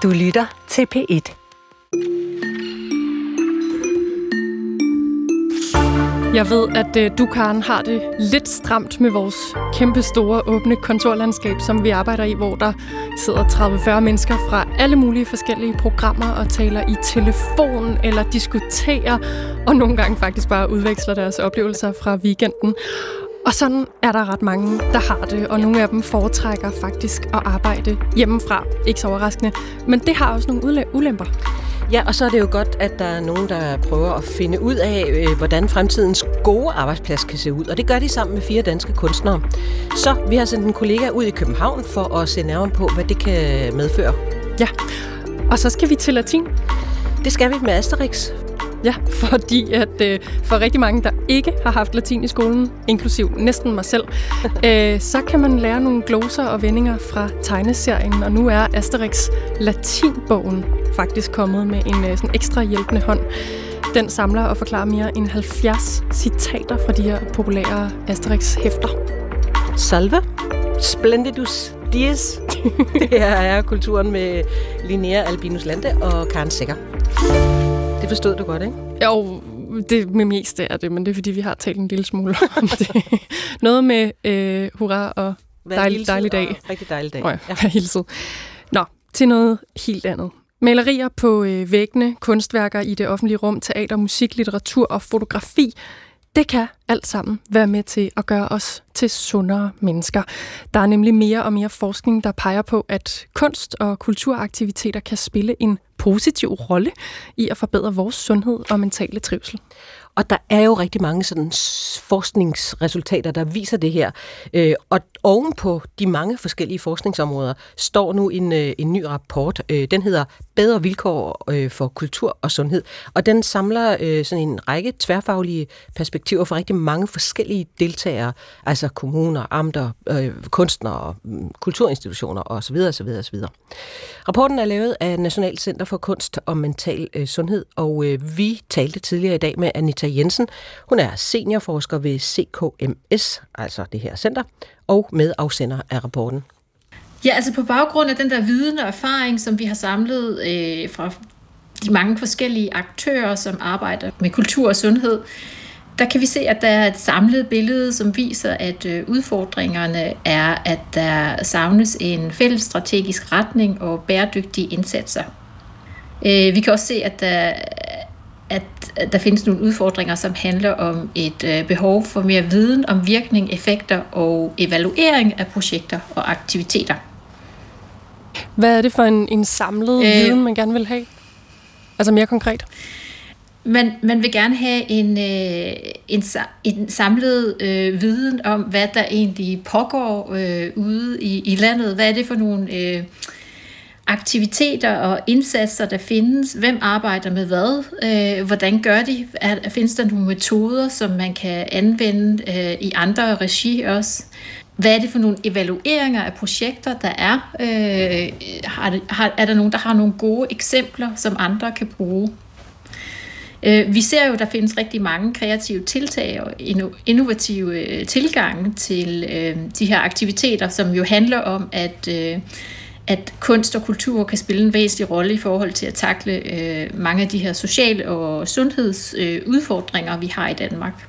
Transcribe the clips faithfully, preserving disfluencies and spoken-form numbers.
Du lytter til P et. Jeg ved, at du, Karen, har det lidt stramt med vores kæmpe store åbne kontorlandskab, som vi arbejder i, hvor der sidder tredive til fyrre mennesker fra alle mulige forskellige programmer og taler i telefon eller diskuterer, og nogle gange faktisk bare udveksler deres oplevelser fra weekenden. Og sådan er der ret mange, der har det, og nogle af dem foretrækker faktisk at arbejde hjemmefra. Ikke så overraskende, men det har også nogle ulemper. Ja, og så er det jo godt, at der er nogen, der prøver at finde ud af, hvordan fremtidens gode arbejdsplads kan se ud. Og det gør de sammen med fire danske kunstnere. Så vi har sendt en kollega ud i København for at se nærmere på, hvad det kan medføre. Ja, og så skal vi til latin. Det skal vi med Asterix. Ja, fordi at øh, for rigtig mange, der ikke har haft latin i skolen, inklusiv næsten mig selv, øh, så kan man lære nogle gloser og vendinger fra tegneserien, og nu er Asterix latinbogen faktisk kommet med en øh, sådan ekstra hjælpende hånd. Den samler og forklarer mere end halvfjerds citater fra de her populære Asterix-hæfter. Salve, splendidus dies. Det her er kulturen med Linnea Albinus Lande og Karen Secher. Det forstod du godt, ikke? Jo, det med mest er det, men det er fordi, vi har talt en lille smule om det. Noget med øh, hurra og dejlig, dejlig dag. Rigtig dejlig dag. Oh ja, ja. Hilset. Nå, til noget helt andet. Malerier på øh, væggene, kunstværker i det offentlige rum, teater, musik, litteratur og fotografi. Det kan alt sammen være med til at gøre os til sundere mennesker. Der er nemlig mere og mere forskning, der peger på, at kunst- og kulturaktiviteter kan spille en positiv rolle i at forbedre vores sundhed og mentale trivsel. Og der er jo rigtig mange sådan forskningsresultater, der viser det her. Øh, og oven på de mange forskellige forskningsområder står nu en, en ny rapport. Øh, den hedder Bedre vilkår øh, for kultur og sundhed. Og den samler øh, sådan en række tværfaglige perspektiver for rigtig mange forskellige deltagere. Altså kommuner, amter, øh, kunstnere, kulturinstitutioner osv. osv. osv. Rapporten er lavet af Nationalt Center for Kunst og Mental øh, Sundhed, og øh, vi talte tidligere i dag med Anita Jensen. Hun er seniorforsker ved C K M S, altså det her center, og medafsender af rapporten. Ja, altså på baggrund af den der viden og erfaring, som vi har samlet øh, fra de mange forskellige aktører, som arbejder med kultur og sundhed, der kan vi se, at der er et samlet billede, som viser, at øh, udfordringerne er, at der savnes en fælles strategisk retning og bæredygtige indsatser. Øh, vi kan også se, at der at der findes nogle udfordringer, som handler om et øh, behov for mere viden om virkning, effekter og evaluering af projekter og aktiviteter. Hvad er det for en, en samlet øh, viden, man gerne vil have? Altså mere konkret? Man, man vil gerne have en, øh, en, en samlet øh, viden om, hvad der egentlig pågår øh, ude i, i landet. Hvad er det for nogle øh, aktiviteter og indsatser, der findes? Hvem arbejder med hvad? Øh, hvordan gør de? Er, findes der nogle metoder, som man kan anvende øh, i andre regi også? Hvad er det for nogle evalueringer af projekter, der er? Øh, har, har, er der nogen, der har nogle gode eksempler, som andre kan bruge? Øh, vi ser jo, at der findes rigtig mange kreative tiltag og innovative tilgange til øh, de her aktiviteter, som jo handler om, at øh, at kunst og kultur kan spille en væsentlig rolle i forhold til at takle øh, mange af de her sociale og sundhedsudfordringer, øh, vi har i Danmark.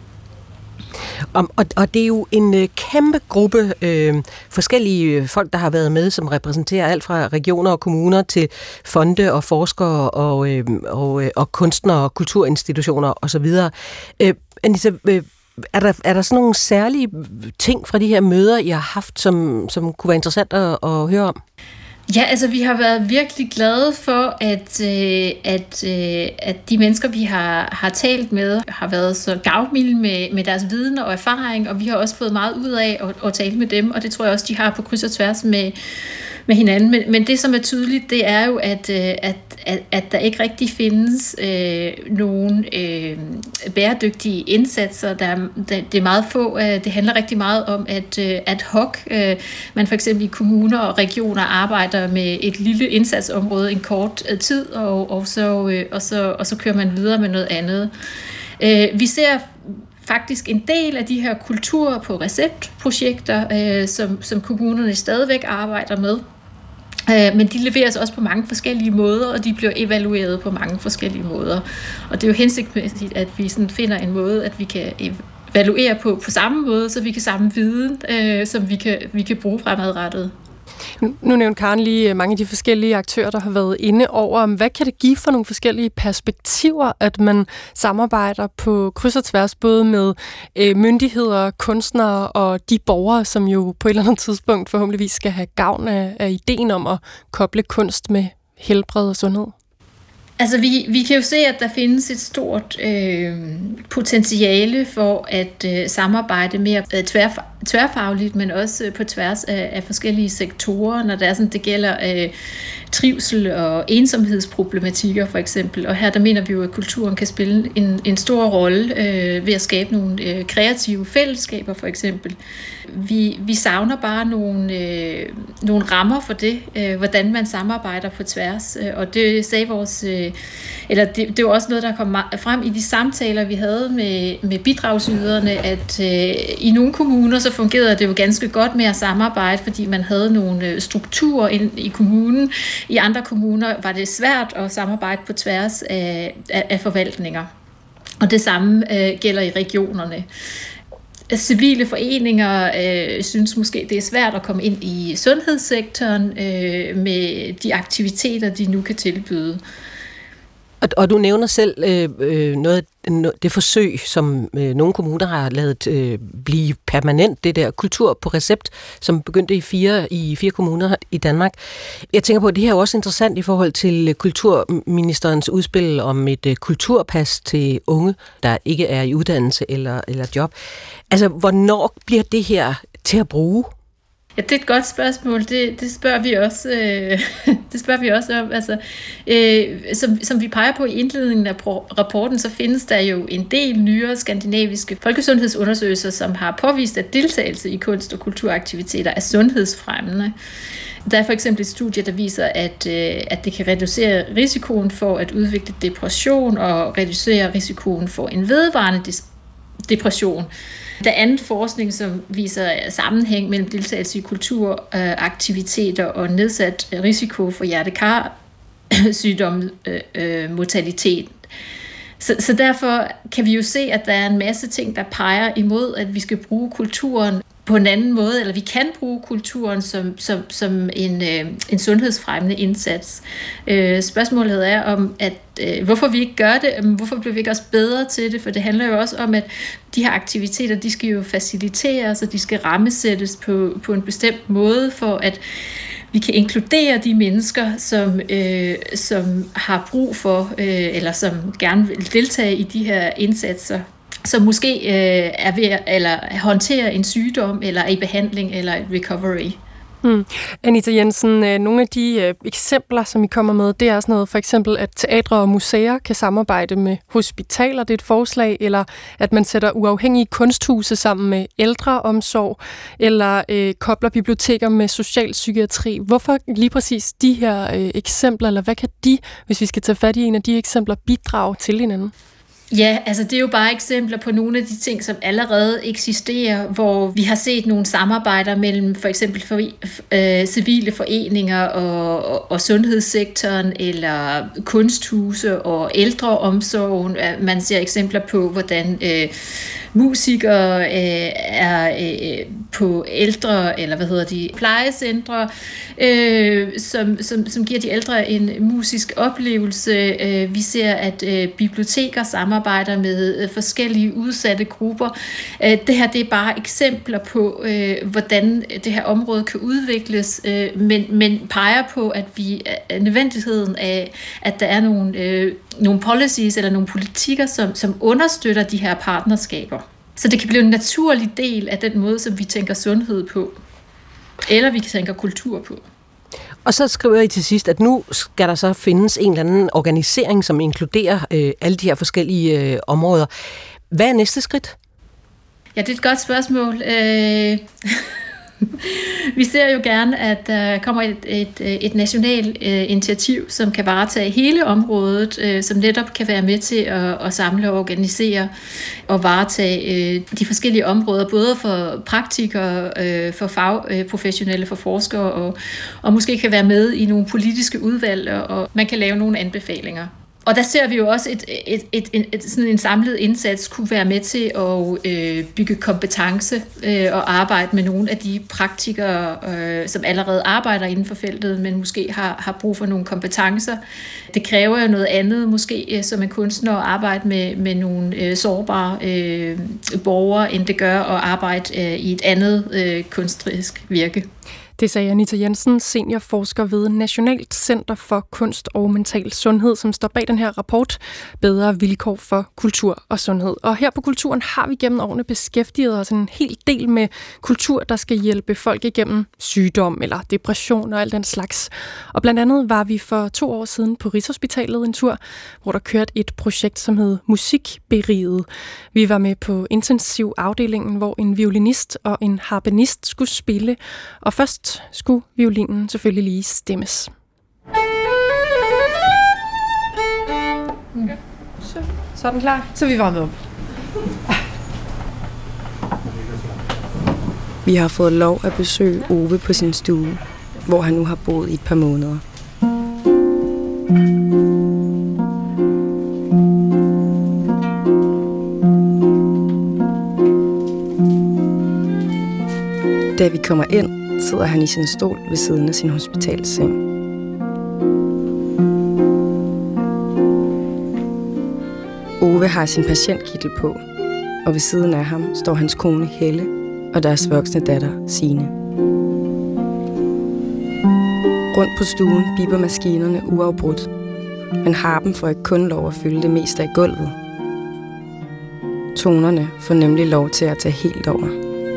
Og, og, og det er jo en øh, kæmpe gruppe øh, forskellige folk, der har været med, som repræsenterer alt fra regioner og kommuner til fonde og forskere og, øh, og, øh, og kunstnere og kulturinstitutioner osv. Øh, Anita, øh, Er der, er der sådan nogle særlige ting fra de her møder, I har haft, som, som kunne være interessant at, at høre om? Ja, altså vi har været virkelig glade for, at, øh, at, øh, at de mennesker, vi har, har talt med, har været så gavmilde med, med deres viden og erfaring, og vi har også fået meget ud af at, at tale med dem, og det tror jeg også, de har på kryds og tværs med, med hinanden. Men, men det, som er tydeligt, det er jo, at, at, at, at der ikke rigtig findes øh, nogen øh, bæredygtige indsatser. Der, der, det er meget få. Øh, det handler rigtig meget om, at øh, ad hoc, øh, man for eksempel i kommuner og regioner arbejder med et lille indsatsområde en kort øh, tid, og, og, så, øh, og, så, og så kører man videre med noget andet. Øh, vi ser faktisk en del af de her kultur på receptprojekter, øh, som, som kommunerne stadigvæk arbejder med. Men de leveres også på mange forskellige måder, og de bliver evalueret på mange forskellige måder. Og det er jo hensigtsmæssigt, at vi sådan finder en måde, at vi kan evaluere på på samme måde, så vi kan samle viden, øh, som vi kan, vi kan bruge fremadrettet. Nu nævnte Karen lige mange af de forskellige aktører, der har været inde over. Hvad kan det give for nogle forskellige perspektiver, at man samarbejder på kryds og tværs, både med øh, myndigheder, kunstnere og de borgere, som jo på et eller andet tidspunkt forhåbentligvis skal have gavn af, af ideen om at koble kunst med helbred og sundhed? Altså, vi, vi kan jo se, at der findes et stort øh, potentiale for at øh, samarbejde mere øh, tværf- tværfagligt, men også øh, på tværs af, af forskellige sektorer, når det er sådan, det gælder øh, trivsel og ensomhedsproblematikker for eksempel. Og her der mener vi jo, at kulturen kan spille en, en stor rolle øh, ved at skabe nogle øh, kreative fællesskaber for eksempel. Vi, vi savner bare nogle, øh, nogle rammer for det, øh, hvordan man samarbejder på tværs. Og det sagde vores, øh, eller det, det var også noget, der kom frem i de samtaler, vi havde med, med bidragsyderne, at øh, i nogle kommuner så fungerede det jo ganske godt med at samarbejde, fordi man havde nogle strukturer ind i kommunen. I andre kommuner var det svært at samarbejde på tværs af, af, af forvaltninger. Og det samme øh, gælder i regionerne. Civile foreninger øh, synes måske, det er svært at komme ind i sundhedssektoren øh, med de aktiviteter, de nu kan tilbyde. Og, og du nævner selv øh, noget det forsøg, som øh, nogle kommuner har lavet øh, blive permanent, det der kultur på recept, som begyndte i fire, i fire kommuner i Danmark. Jeg tænker på, at det her er også interessant i forhold til kulturministerens udspil om et øh, kulturpas til unge, der ikke er i uddannelse eller, eller job. Altså, hvornår bliver det her til at bruge? Ja, det er et godt spørgsmål. Det, det spørger vi også. Øh, det spørger vi også om. Altså, øh, som, som vi peger på i indledningen af rapporten, så findes der jo en del nyere skandinaviske folkesundhedsundersøgelser, som har påvist, at deltagelse i kunst- og kulturaktiviteter er sundhedsfremmende. Der er for eksempel et studie, der viser, at, øh, at det kan reducere risikoen for at udvikle depression og reducere risikoen for en vedvarende dis- depression. Der er anden forskning, som viser sammenhæng mellem deltagelse i kulturaktiviteter og nedsat risiko for hjerte-kar-sygdomme, øh, øh, mortalitet. Så, så derfor kan vi jo se, at der er en masse ting, der peger imod, at vi skal bruge kulturen på en anden måde, eller vi kan bruge kulturen som, som, som en, øh, en sundhedsfremmende indsats. Øh, spørgsmålet er om, at øh, hvorfor vi ikke gør det, hvorfor bliver vi ikke også bedre til det, for det handler jo også om, at de her aktiviteter, de skal jo faciliteres, og de skal rammesættes på, på en bestemt måde, for at vi kan inkludere de mennesker, som, øh, som har brug for, øh, eller som gerne vil deltage i de her indsatser, som måske øh, er ved at eller håndtere en sygdom, eller er i behandling, eller et recovery. Hmm. Anita Jensen, øh, nogle af de øh, eksempler, som I kommer med, det er sådan noget, for eksempel, at teatre og museer kan samarbejde med hospitaler, det er et forslag, eller at man sætter uafhængige kunsthuse sammen med ældreomsorg, eller øh, kobler biblioteker med socialpsykiatri. Hvorfor lige præcis de her øh, eksempler, eller hvad kan de, hvis vi skal tage fat i en af de eksempler, bidrage til hinanden? Ja, altså det er jo bare eksempler på nogle af de ting, som allerede eksisterer, hvor vi har set nogle samarbejder mellem for eksempel for, øh, civile foreninger og, og, og sundhedssektoren, eller kunsthuse og ældreomsorgen. Man ser eksempler på, hvordan øh, musikere øh, er øh, på ældre, eller hvad hedder de, plejecentre, øh, som, som, som giver de ældre en musisk oplevelse. Øh, vi ser, at øh, biblioteker samarbejder med forskellige udsatte grupper. Det her det er bare eksempler på, hvordan det her område kan udvikles, men, men peger på, at vi er nødvendigheden af, at der er nogle, nogle policies eller nogle politikker, som, som understøtter de her partnerskaber. Så det kan blive en naturlig del af den måde, som vi tænker sundhed på, eller vi tænker kultur på. Og så skriver I til sidst, at nu skal der så findes en eller anden organisering, som inkluderer øh, alle de her forskellige øh, områder. Hvad er næste skridt? Ja, det er et godt spørgsmål. Øh, Vi ser jo gerne, at der kommer et, et, et nationalt øh, initiativ, som kan varetage hele området, øh, som netop kan være med til at, at samle og organisere og varetage øh, de forskellige områder, både for praktikere, øh, for fagprofessionelle, for forskere, og, og måske kan være med i nogle politiske udvalg, og man kan lave nogle anbefalinger. Og der ser vi jo også, et, et, et, et, et, sådan en samlet indsats kunne være med til at øh, bygge kompetence øh, og arbejde med nogle af de praktikere, øh, som allerede arbejder inden for feltet, men måske har, har brug for nogle kompetencer. Det kræver jo noget andet, måske som en kunstner, at arbejde med, med nogle øh, sårbare øh, borgere, end det gør at arbejde øh, i et andet øh, kunstnerisk virke. Det sagde Anita Jensen, seniorforsker ved Nationalt Center for Kunst og Mental Sundhed, som står bag den her rapport, Bedre vilkår for kultur og sundhed. Og her på Kulturen har vi gennem årene beskæftiget os en hel del med kultur, der skal hjælpe folk igennem sygdom eller depression og alt den slags. Og blandt andet var vi for to år siden på Rigshospitalet en tur, hvor der kørte et projekt, som hed Musikberiget. Vi var med på intensivafdelingen, hvor en violinist og en harpenist skulle spille, og først skulle violinen selvfølgelig lige stemmes. Mm. Så, så er den klar. Så er vi varmet op. Vi har fået lov at besøge Ove på sin stue, hvor han nu har boet i et par måneder. Da vi kommer ind, sidder han i sin stol ved siden af sin hospitalsseng. Ove har sin patientkittel på, og ved siden af ham står hans kone Helle og deres voksne datter Signe. Rundt på stuen bipper maskinerne uafbrudt, men harpen får ikke kun lov at fylde det meste af gulvet. Tonerne får nemlig lov til at tage helt over.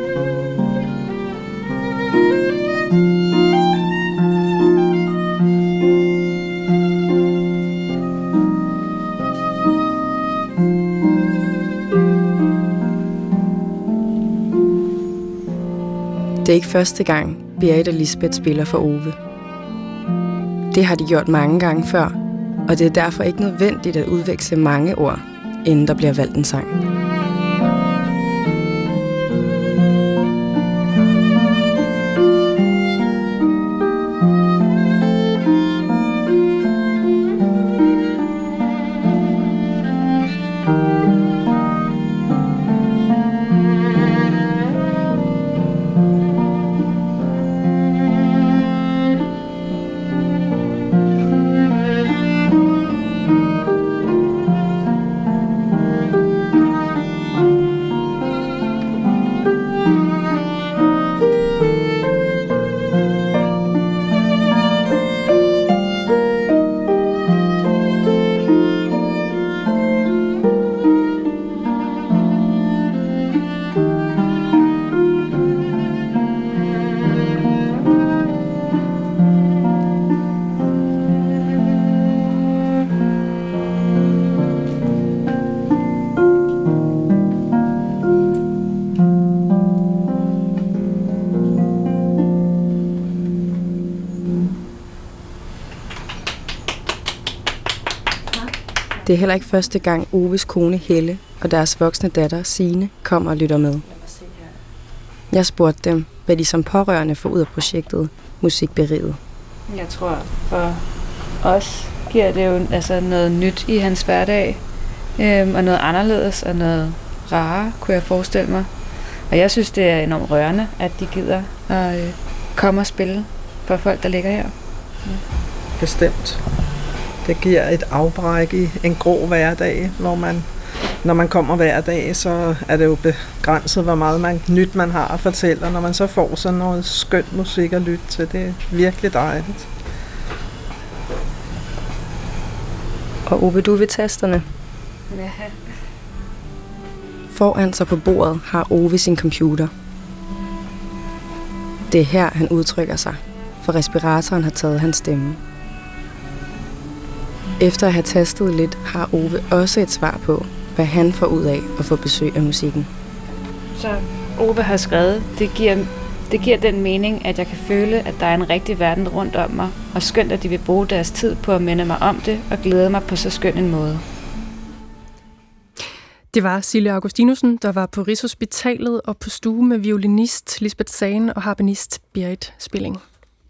Det er ikke første gang, Berit og Lisbeth spiller for Ove. Det har de gjort mange gange før, og det er derfor ikke nødvendigt at udveksle mange ord, inden der bliver valgt en sang. Det er heller ikke første gang Oves kone Helle og deres voksne datter Signe kommer og lytter med. Jeg spurgte dem, hvad de som pårørende får ud af projektet Musikberiget. Jeg tror, for os giver det jo altså noget nyt i hans hverdag, øhm, og noget anderledes og noget rarere, kunne jeg forestille mig. Og jeg synes, det er enormt rørende, at de gider at øh, komme og spille for folk, der ligger her. Ja. Bestemt. Det giver et afbræk i en grå hverdag, hvor man, når man kommer hver dag, så er det jo begrænset, hvor meget man, nyt man har at fortælle, og når man så får sådan noget skønt musik at lytte til, det er virkelig dejligt. Og Ove, du er ved tasterne. Ja. Foran sig på bordet har Ove sin computer. Det er her, han udtrykker sig, for respiratoren har taget hans stemme. Efter at have tastet lidt, har Ove også et svar på, hvad han får ud af at få besøg af musikken. Så Ove har skrevet, det giver Det giver den mening, at jeg kan føle, at der er en rigtig verden rundt om mig, og skønt, at de vil bruge deres tid på at minde mig om det og glæde mig på så skøn en måde. Det var Silja Augustinussen, der var på Rigshospitalet og på stue med violinist Lisbeth Sagen og harpenist Berit Spilling.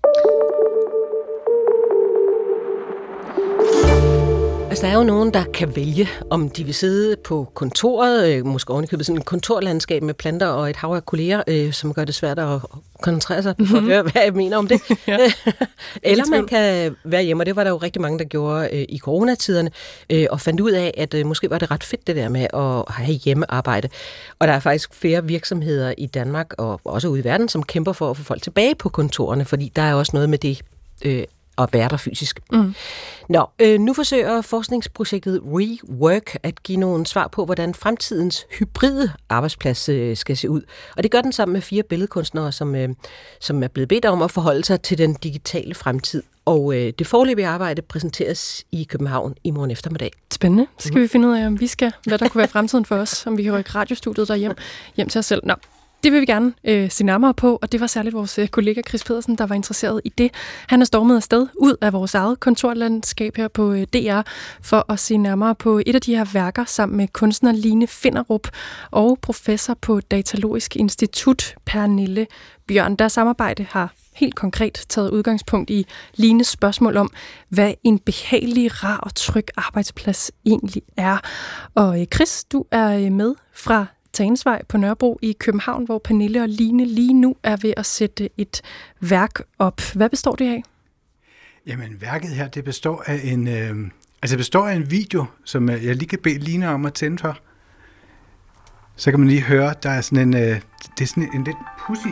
Altså, der er jo nogen, der kan vælge, om de vil sidde på kontoret, øh, måske ovenikøbet sådan et kontorlandskab med planter og et hav af kolleger, øh, som gør det svært at koncentrere sig på at høre, hvad jeg mener om det. Eller man kan være hjemme, og det var der jo rigtig mange, der gjorde øh, i coronatiderne, øh, og fandt ud af, at øh, måske var det ret fedt det der med at have hjemmearbejde. Og der er faktisk flere virksomheder i Danmark, og også ude i verden, som kæmper for at få folk tilbage på kontorerne, fordi der er også noget med det øh, at være der fysisk. Mm. Nå, øh, nu forsøger forskningsprojektet Rework at give nogle svar på, hvordan fremtidens hybride arbejdsplads øh, skal se ud. Og det gør den sammen med fire billedkunstnere, som, øh, som er blevet bedt om at forholde sig til den digitale fremtid. Og øh, det foreløbige arbejde præsenteres i København i morgen eftermiddag. Spændende. Så skal vi finde ud af, om vi skal, hvad der kunne være fremtiden for os, om vi kan rykke radiostudiet derhjem hjem til os selv. Nå. Det vil vi gerne øh, se nærmere på, og det var særligt vores øh, kollega Chris Pedersen, der var interesseret i det. Han er stormet afsted ud af vores eget kontorlandskab her på øh, D R for at se nærmere på et af de her værker sammen med kunstner Line Finderup og professor på Datalogisk Institut Pernille Bjørn. Deres samarbejde har helt konkret taget udgangspunkt i Lines spørgsmål om, hvad en behagelig, rar og tryg arbejdsplads egentlig er. Og øh, Chris, du er med fra Tagensvej på Nørrebro i København, hvor Pernille og Line lige nu er ved at sætte et værk op. Hvad består det af? Jamen, værket her, det består af en, øh, altså det består af en video, som jeg lige kan bede Line om at tænde for. Så kan man lige høre, der er sådan en, øh, det er sådan en, en lidt pussy.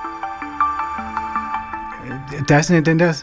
Der er sådan en, den der,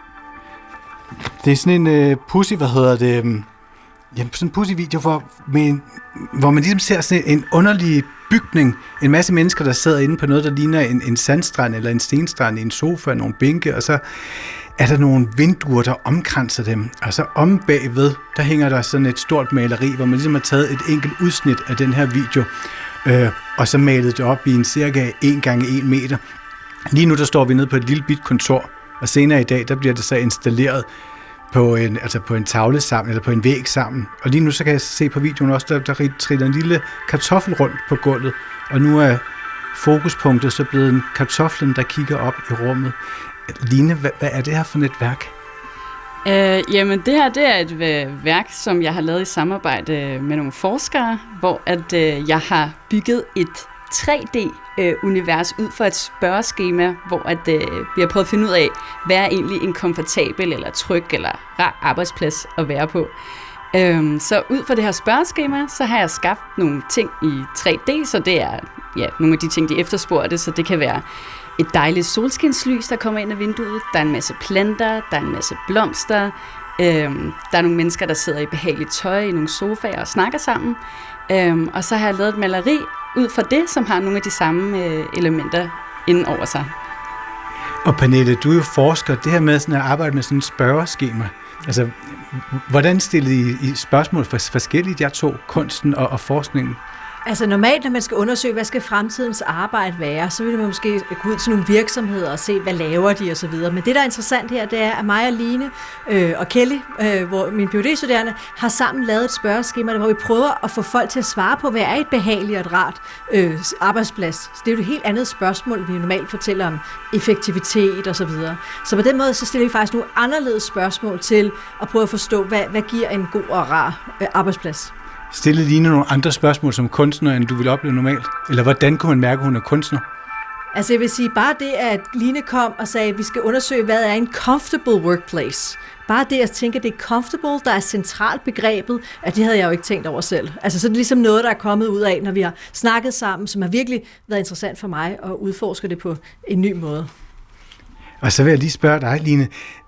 det er sådan en øh, pussy, hvad hedder det, øh, Jamen, sådan en pudsig video, hvor, med, hvor man ligesom ser sådan en underlig bygning. En masse mennesker, der sidder inde på noget, der ligner en, en sandstrand eller en stenstrand i en sofa, nogle bænke, og så er der nogle vinduer, der omkranser dem. Og så om bagved, der hænger der sådan et stort maleri, hvor man ligesom har taget et enkelt udsnit af den her video, øh, og så malet det op i en cirka en gange en meter. Lige nu, der står vi nede på et lille bit kontor, og senere i dag, der bliver det så installeret på en, altså på en tavle sammen, eller på en væg sammen. Og lige nu så kan jeg se på videoen også, der, der triller en lille kartoffel rundt på gulvet, og nu er fokuspunktet så blevet en kartoflen, der kigger op i rummet. Line, hvad, hvad er det her for et værk? Øh, jamen det her, det er et øh, værk, som jeg har lavet i samarbejde med nogle forskere, hvor at øh, jeg har bygget et tre D-univers ud fra et spørgeskema, hvor at, øh, vi har prøvet at finde ud af, hvad er egentlig en komfortabel eller tryg eller rar arbejdsplads at være på. Øhm, så ud fra det her spørgeskema, så har jeg skabt nogle ting i tre D, så det er ja, nogle af de ting, de efterspurgte, så det kan være et dejligt solskinslys, der kommer ind af vinduet, der er en masse planter, der er en masse blomster, øhm, der er nogle mennesker, der sidder i behageligt tøj i nogle sofaer og snakker sammen, øhm, og så har jeg lavet et maleri ud fra det, som har nogle af de samme øh, elementer inden over sig. Og Pernille, du er jo forsker. Det her med sådan at arbejde med sådan et spørgeskema, altså, hvordan stillede I, I spørgsmål for forskelligt, jeg tog kunsten og, og forskningen? Altså normalt, når man skal undersøge, hvad skal fremtidens arbejde være, så vil man måske gå ud til nogle virksomheder og se, hvad laver de osv. Men det, der er interessant her, det er, at mig og Line øh, og Kelly, øh, hvor mine P H D-studerende, har sammen lavet et spørgeskema, hvor vi prøver at få folk til at svare på, hvad er et behageligt og et rart øh, arbejdsplads. Så det er jo et helt andet spørgsmål, vi normalt fortæller om effektivitet osv. Så, så på den måde, så stiller vi faktisk nogle anderledes spørgsmål til at prøve at forstå, hvad, hvad giver en god og rar øh, arbejdsplads. Stille Line nogle andre spørgsmål som kunstner, end du ville opleve normalt? Eller hvordan kunne man mærke, at hun er kunstner? Altså jeg vil sige, bare det, at Line kom og sagde, at vi skal undersøge, hvad er en comfortable workplace. Bare det, at tænke, at det er comfortable, der er centralt begrebet, at det havde jeg jo ikke tænkt over selv. Altså så er det ligesom noget, der er kommet ud af, når vi har snakket sammen, som har virkelig været interessant for mig at udforske det på en ny måde. Og så vil jeg lige spørge dig, Line.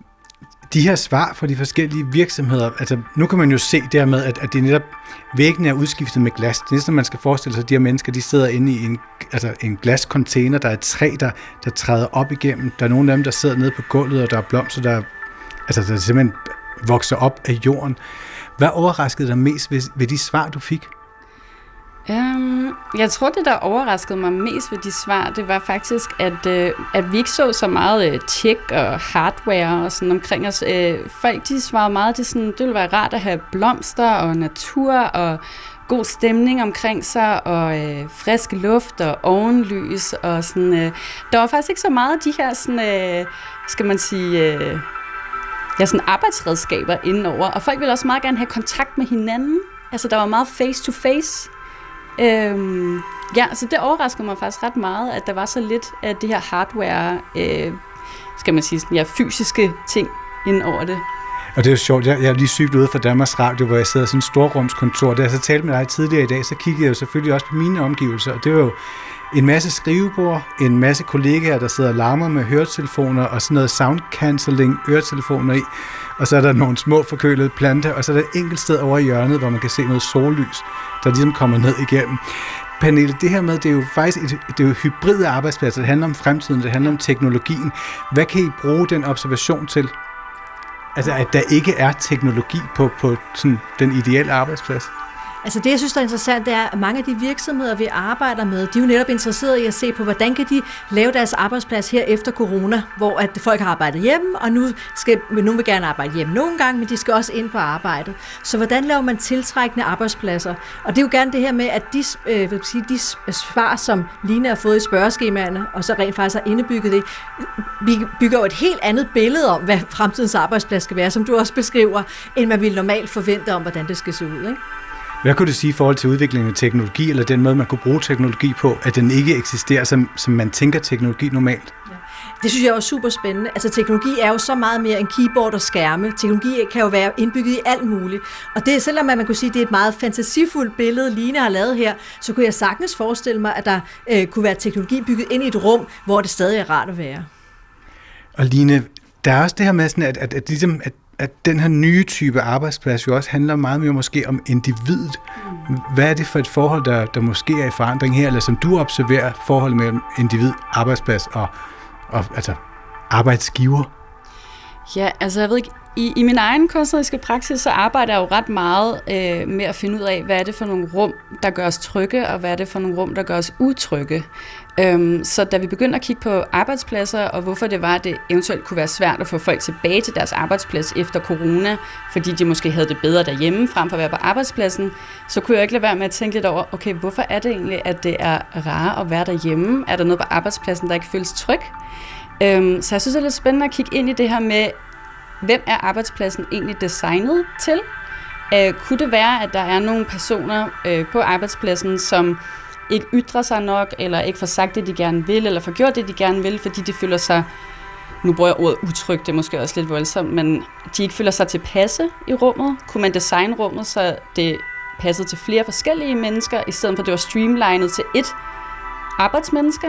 De her svar fra de forskellige virksomheder, altså nu kan man jo se dermed, at, at det netop væggene er udskiftet med glas. Det er næsten, man skal forestille sig, at de her mennesker, de sidder inde i en, altså en glascontainer, der er et træ, der, der træder op igennem. Der er nogle af dem, der sidder nede på gulvet, og der er blomster, der, altså, der simpelthen vokser op af jorden. Hvad overraskede dig mest ved, ved de svar, du fik? Um, jeg tror, det der overraskede mig mest ved de svar, det var faktisk, at, uh, at vi ikke så så meget uh, tech og hardware og sådan omkring os. Uh, folk, de svarede meget til sådan, det ville være rart at have blomster og natur og god stemning omkring sig og øh, frisk luft og ovenlys og sådan. Øh, der var faktisk ikke så meget af de her sådan, øh, skal man sige, øh, ja, sådan arbejdsredskaber indenover. Og folk ville også meget gerne have kontakt med hinanden. Altså der var meget face to face. Øhm, ja, så det overraskede mig faktisk ret meget, at der var så lidt af det her hardware, øh, skal man sige, sådan, ja, fysiske ting indenover det. Og det er jo sjovt, jeg, jeg er lige sygt ude fra Danmarks Radio, hvor jeg sidder i sådan et storrumskontor. Da jeg så talte med dig tidligere i dag, så kiggede jeg jo selvfølgelig også på mine omgivelser, og det var jo en masse skrivebord, en masse kollegaer, der sidder og larmer med høretelefoner og sådan noget sound cancelling øretelefoner i, og så er der nogle små forkølede planter, og så er der et enkelt sted over i hjørnet, hvor man kan se noget sollys, der ligesom kommer ned igennem. Pernille, det her med, det er jo faktisk et, det er jo hybride arbejdspladser, det handler om fremtiden, det handler om teknologien. Hvad kan I bruge den observation til? Altså, at der ikke er teknologi på, på sådan, den ideelle arbejdsplads? Altså det, jeg synes, der er interessant, det er, at mange af de virksomheder, vi arbejder med, de er jo netop interesserede i at se på, hvordan kan de lave deres arbejdsplads her efter corona, hvor at folk har arbejdet hjemme, og nu skal nogen vil gerne arbejde hjemme nogle gange, men de skal også ind på arbejdet. Så hvordan laver man tiltrækkende arbejdspladser? Og det er jo gerne det her med, at de, øh, vil sige, de svar, som Line har fået i spørgeskemaerne, og så rent faktisk har indebygget det, vi bygger jo et helt andet billede om, hvad fremtidens arbejdsplads skal være, som du også beskriver, end man ville normalt forvente om, hvordan det skal se ud, ikke? Hvad kunne du sige i forhold til udviklingen af teknologi, eller den måde, man kunne bruge teknologi på, at den ikke eksisterer, som, som man tænker teknologi normalt? Ja. Det synes jeg er super spændende. Altså teknologi er jo så meget mere end keyboard og skærme. Teknologi kan jo være indbygget i alt muligt. Og det, selvom man kunne sige, at det er et meget fantasifuldt billede, Line har lavet her, så kunne jeg sagtens forestille mig, at der øh, kunne være teknologi bygget ind i et rum, hvor det stadig er rart at være. Og Line, der er også det her med, sådan, at, at, at, ligesom, at at den her nye type arbejdsplads jo også handler meget mere måske om individet. Hvad er det for et forhold, der, der måske er i forandring her, eller som du observerer forholdet mellem individ, arbejdsplads og, og altså arbejdsgiver? Ja, altså jeg ved ikke, i, i min egen kunstneriske praksis, så arbejder jeg jo ret meget øh, med at finde ud af, hvad er det for nogle rum, der gør os trygge, og hvad er det for nogle rum, der gør os utrygge. Øhm, så da vi begyndte at kigge på arbejdspladser, og hvorfor det var, at det eventuelt kunne være svært at få folk tilbage til deres arbejdsplads efter corona, fordi de måske havde det bedre derhjemme, frem for at være på arbejdspladsen, så kunne jeg ikke lade være med at tænke lidt over, okay, hvorfor er det egentlig, at det er rart at være derhjemme? Er der noget på arbejdspladsen, der ikke føles tryg? Øhm, så jeg synes, det er lidt spændende at kigge ind i det her med, hvem er arbejdspladsen egentlig designet til? Øh, kunne det være, at der er nogle personer øh, på arbejdspladsen, som ikke ytrer sig nok, eller ikke får sagt det, de gerne vil, eller får gjort det, de gerne vil, fordi de føler sig, nu bruger jeg ordet utryg, det er måske også lidt voldsomt, men de ikke føler sig tilpasse i rummet. Kunne man designe rummet, så det passede til flere forskellige mennesker, i stedet for at det var streamlinet til ét arbejdsmenneske?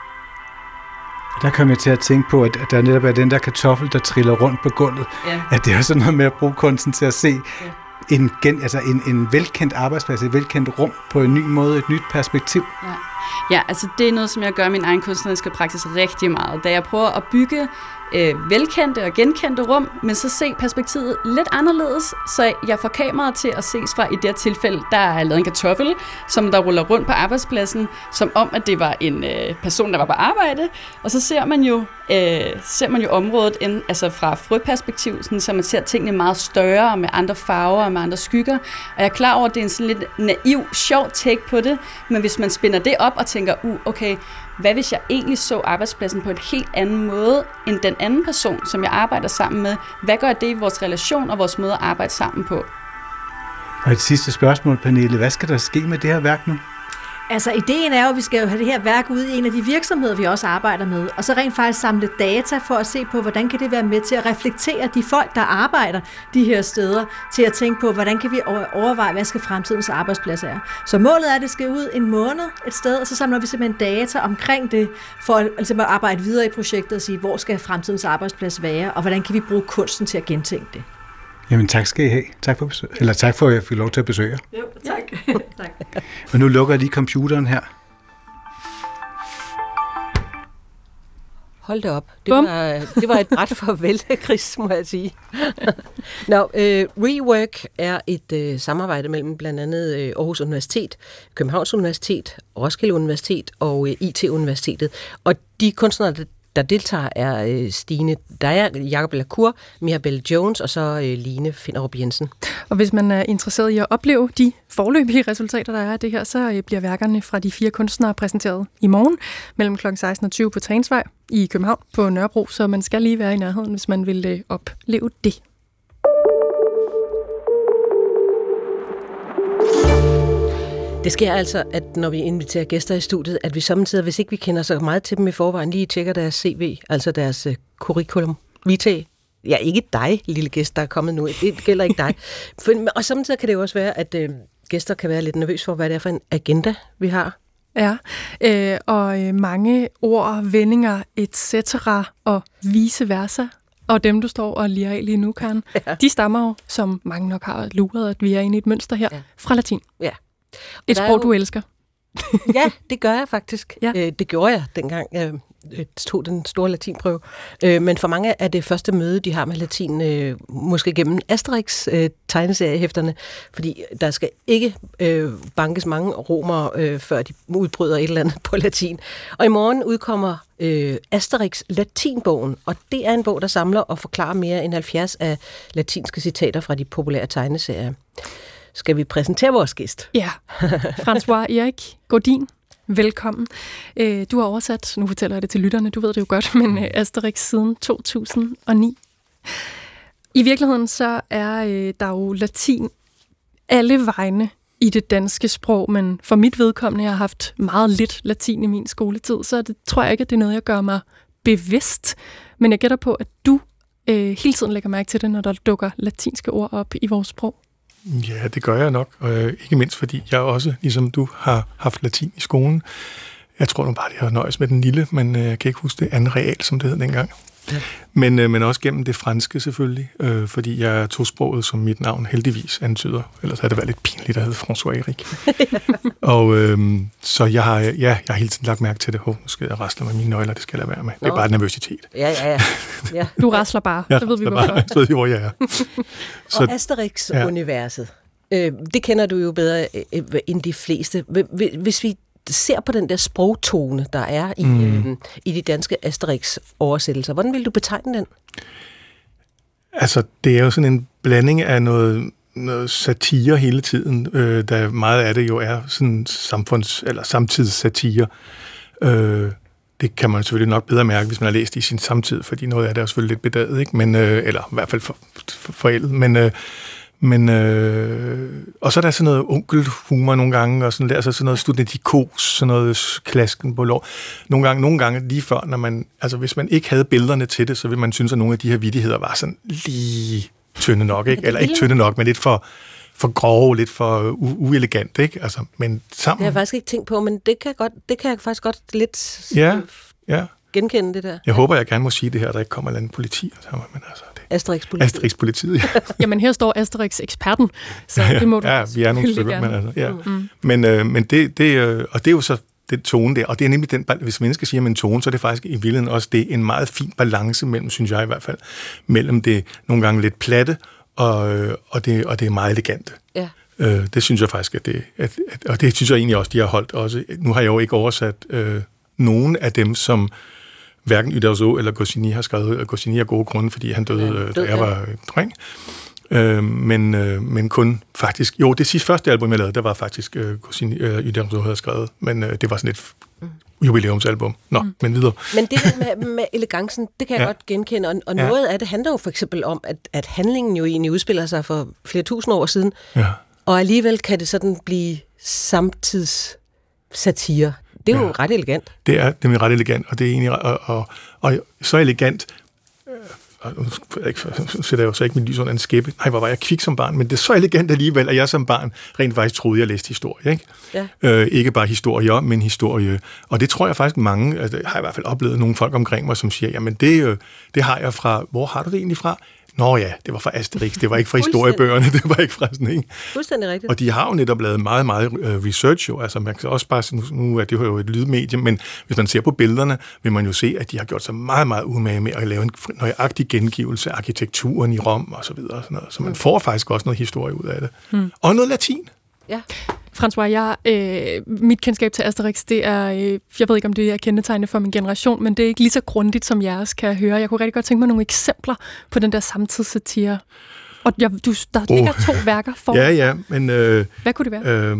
Der kom jeg til at tænke på, at der netop er den der kartoffel, der triller rundt på gulvet. Ja. At det er sådan noget med at bruge kunsten til at se ja. en, gen, altså en, en velkendt arbejdsplads, et velkendt rum på en ny måde, et nyt perspektiv. Ja. ja, altså det er noget, som jeg gør i min egen kunstneriske praksis rigtig meget. Da jeg prøver at bygge øh, velkendte og genkendte rum, men så se perspektivet lidt anderledes, så jeg får kameraet til at ses fra, i det her tilfælde, der er lavet en kartoffel, som der ruller rundt på arbejdspladsen, som om, at det var en øh, person, der var på arbejde, og så ser man jo, øh, ser man jo området en, altså fra frøperspektiv, sådan, så man ser tingene meget større, og med andre farver og med andre skygger, og jeg er klar over, at det er en sådan lidt naiv, sjov take på det, men hvis man spænder det op og tænker, uh, okay, hvad hvis jeg egentlig så arbejdspladsen på en helt anden måde end den anden person, som jeg arbejder sammen med? Hvad gør det i vores relation og vores måde at arbejde sammen på? Og et sidste spørgsmål, Pernille. Hvad skal der ske med det her værk nu? Altså, ideen er jo, at vi skal jo have det her værk ude i en af de virksomheder, vi også arbejder med, og så rent faktisk samle data for at se på, hvordan kan det være med til at reflektere de folk, der arbejder de her steder, til at tænke på, hvordan kan vi overveje, hvad skal fremtidens arbejdsplads er. Så målet er, at det skal ud en måned et sted, og så samler vi simpelthen data omkring det, for at, altså, at arbejde videre i projektet og sige, hvor skal fremtidens arbejdsplads være, og hvordan kan vi bruge kunsten til at gentænke det. Jamen tak skal I have. Tak for, besøg. Eller tak for, at jeg fik lov til at besøge jer. Jo, tak. tak. Og nu lukker jeg lige computeren her. hold da op. Det var, det var et ret farvel, Chris, må jeg sige. Nå, øh, Rework er et øh, samarbejde mellem blandt andet øh, Aarhus Universitet, Københavns Universitet, Roskilde Universitet og øh, I T-universitetet. Og de kunstnere, der, der deltager, er øh, Stine Dyer, Jacob Lacour, Mirabelle Jones og så øh, Line Finderup Jensen. Og hvis man er interesseret i at opleve de foreløbige resultater, der er af det her, så øh, bliver værkerne fra de fire kunstnere præsenteret i morgen mellem klokken seksten og tyve på Trænsvej i København på Nørrebro, så man skal lige være i nærheden, hvis man vil øh, opleve det. Det sker altså, at når vi inviterer gæster i studiet, at vi samtidig, hvis ikke vi kender så meget til dem i forvejen, lige tjekker deres C V, altså deres uh, curriculum vitae. Ja, ikke dig, lille gæst, der er kommet nu. Det gælder ikke dig. For, og samtidig kan det jo også være, at uh, gæster kan være lidt nervøs for, hvad det er for en agenda, vi har. Ja, øh, og øh, mange ord, vendinger, et cetera og vice versa. Og dem, du står og lirer af lige nu, Karen, ja. De stammer jo, som mange nok har luret, at vi er inde i et mønster her, ja. Fra latin. Ja. Et sprog, jo... du elsker. Ja, det gør jeg faktisk. Ja. Øh, det gjorde jeg dengang jeg øh, tog den store latinprøve. Øh, men for mange er det første møde, de har med latin, øh, måske gennem Asterix øh, tegneseriehæfterne, fordi der skal ikke øh, bankes mange romere, øh, før de udbryder et eller andet på latin. Og i morgen udkommer øh, Asterix latinbogen, og det er en bog, der samler og forklarer mere end halvfjerds af latinske citater fra de populære tegneserier. Skal vi præsentere vores gæst? Ja, François Erik Godin, velkommen. Du har oversat, nu fortæller jeg det til lytterne, du ved det jo godt, men Asterix siden to tusind og ni. I virkeligheden så er der jo latin alle vegne i det danske sprog, men for mit vedkommende, jeg har haft meget lidt latin i min skoletid, så det tror jeg ikke, at det er noget, jeg gør mig bevidst. Men jeg gætter på, at du øh, hele tiden lægger mærke til det, når der dukker latinske ord op i vores sprog. Ja, det gør jeg nok, og ikke mindst fordi jeg også, ligesom du, har haft latin i skolen. Jeg tror nu bare, det har nøjes med den lille, men jeg kan ikke huske det anden real, som det hed dengang. Ja. Men, men også gennem det franske selvfølgelig, øh, fordi jeg er tosproget, som mit navn heldigvis antyder. Ellers havde det været lidt pinligt, at hedde François Erik. og øh, så jeg har, ja, jeg har hele tiden lagt mærke til det. Hov, nu skal jeg rasle med mine nøgler, det skal jeg lade være med. Nå. Det er bare nervøsitet. Ja, ja, ja. ja. Du rasler bare, ja, så ved vi bare, så ved vi, hvor jeg er. så, og Asterix-universet, ja. øh, det kender du jo bedre øh, end de fleste. Hvis vi ser på den der sprogtone, der er i, mm. øh, i de danske Asterix-oversættelser. Hvordan vil du betegne den? Altså, det er jo sådan en blanding af noget, noget satire hele tiden, øh, der meget af det jo er sådan samfunds- eller samtidssatire. Øh, det kan man selvfølgelig nok bedre mærke, hvis man har læst i sin samtid, fordi noget af det er selvfølgelig lidt bedaget, ikke? Men, øh, eller i hvert fald for, for, forældet, men... Øh, Men, øh, og så er der sådan noget onkelhumor nogle gange, og sådan der, altså sådan noget studentikos, sådan noget klasken på lov. Nogle gange, nogle gange lige før, når man, altså hvis man ikke havde billederne til det, så ville man synes, at nogle af de her vittigheder var sådan lige tynde nok, ikke? Eller ikke tynde nok, men lidt for, for grove, lidt for u- uelegant, ikke? Altså, men sammen... Det har jeg faktisk ikke tænkt på, men det kan, godt, det kan jeg faktisk godt lidt ja, ja. genkende, det der. Jeg ja. håber, jeg gerne må sige det her, der ikke kommer et eller andet politi. Men altså, Asterix-politiet. Asterix-politiet, ja. Jamen, her står Asterix-eksperten, så det må du ja, vi er nogle stykker, men altså, ja. Mm. Men, øh, men det, det, øh, og det er jo så det tone der, og det er nemlig den, hvis mennesker siger med en tone, så er det faktisk i virkeligheden også det en meget fin balance mellem, synes jeg i hvert fald, mellem det nogle gange lidt platte, og, og, det, og det er meget elegante. Ja. Øh, det synes jeg faktisk, at det, at, at, og det synes jeg egentlig også, de har holdt også. Nu har jeg jo ikke oversat øh, nogen af dem, som hverken Uderzo eller Goscinny har skrevet. Goscinny af gode grunde, fordi han døde, ja, død, da jeg var dreng. Øh, men, øh, men kun faktisk... Jo, det sidste første album, jeg lavede, der var faktisk øh, Goscinny, øh, Uderzo havde skrevet, men øh, det var sådan et mm. jubilæumsalbum. Nå, mm. men videre. Men det der med, med elegancen, det kan jeg ja. godt genkende, og, og ja. noget af det handler jo for eksempel om, at, at handlingen jo egentlig udspiller sig for flere tusind år siden, ja. og alligevel kan det sådan blive samtidssatire. Det er jo ja. ret elegant. Det er nemlig ret elegant, og det er egentlig og, og, og så elegant. Og nu sætter jeg jo så ikke mit lys under en skæppe. Nej, hvor var jeg kvik som barn, men det er så elegant alligevel, at jeg som barn rent faktisk troede, jeg læste historie. Ikke, ja. øh, ikke bare historier, men historie. Og det tror jeg faktisk mange, altså, har jeg i hvert fald oplevet nogle folk omkring mig, som siger, jamen det, det har jeg fra, hvor har du det egentlig fra? Nå ja, det var fra Asterix, det var ikke fra historiebøgerne, det var ikke fra sådan en. Fuldstændig rigtigt. Og de har jo netop lavet meget, meget research jo, altså man kan også bare, nu, nu er det jo et lydmedie, men hvis man ser på billederne, vil man jo se, at de har gjort sig meget, meget umage med at lave en nøjagtig gengivelse af arkitekturen i Rom og så videre, og sådan noget. Så man får faktisk også noget historie ud af det. Hmm. Og noget latin. Ja. François, jeg, øh, mit kendskab til Asterix, det er, øh, jeg ved ikke, om det er kendetegnende for min generation, men det er ikke lige så grundigt som jeres, kan jeg høre. Jeg kunne rigtig godt tænke mig nogle eksempler på den der samtidssatire. Og jeg, du, der oh. ligger to værker for. Ja, ja, men... Øh, Hvad kunne det være?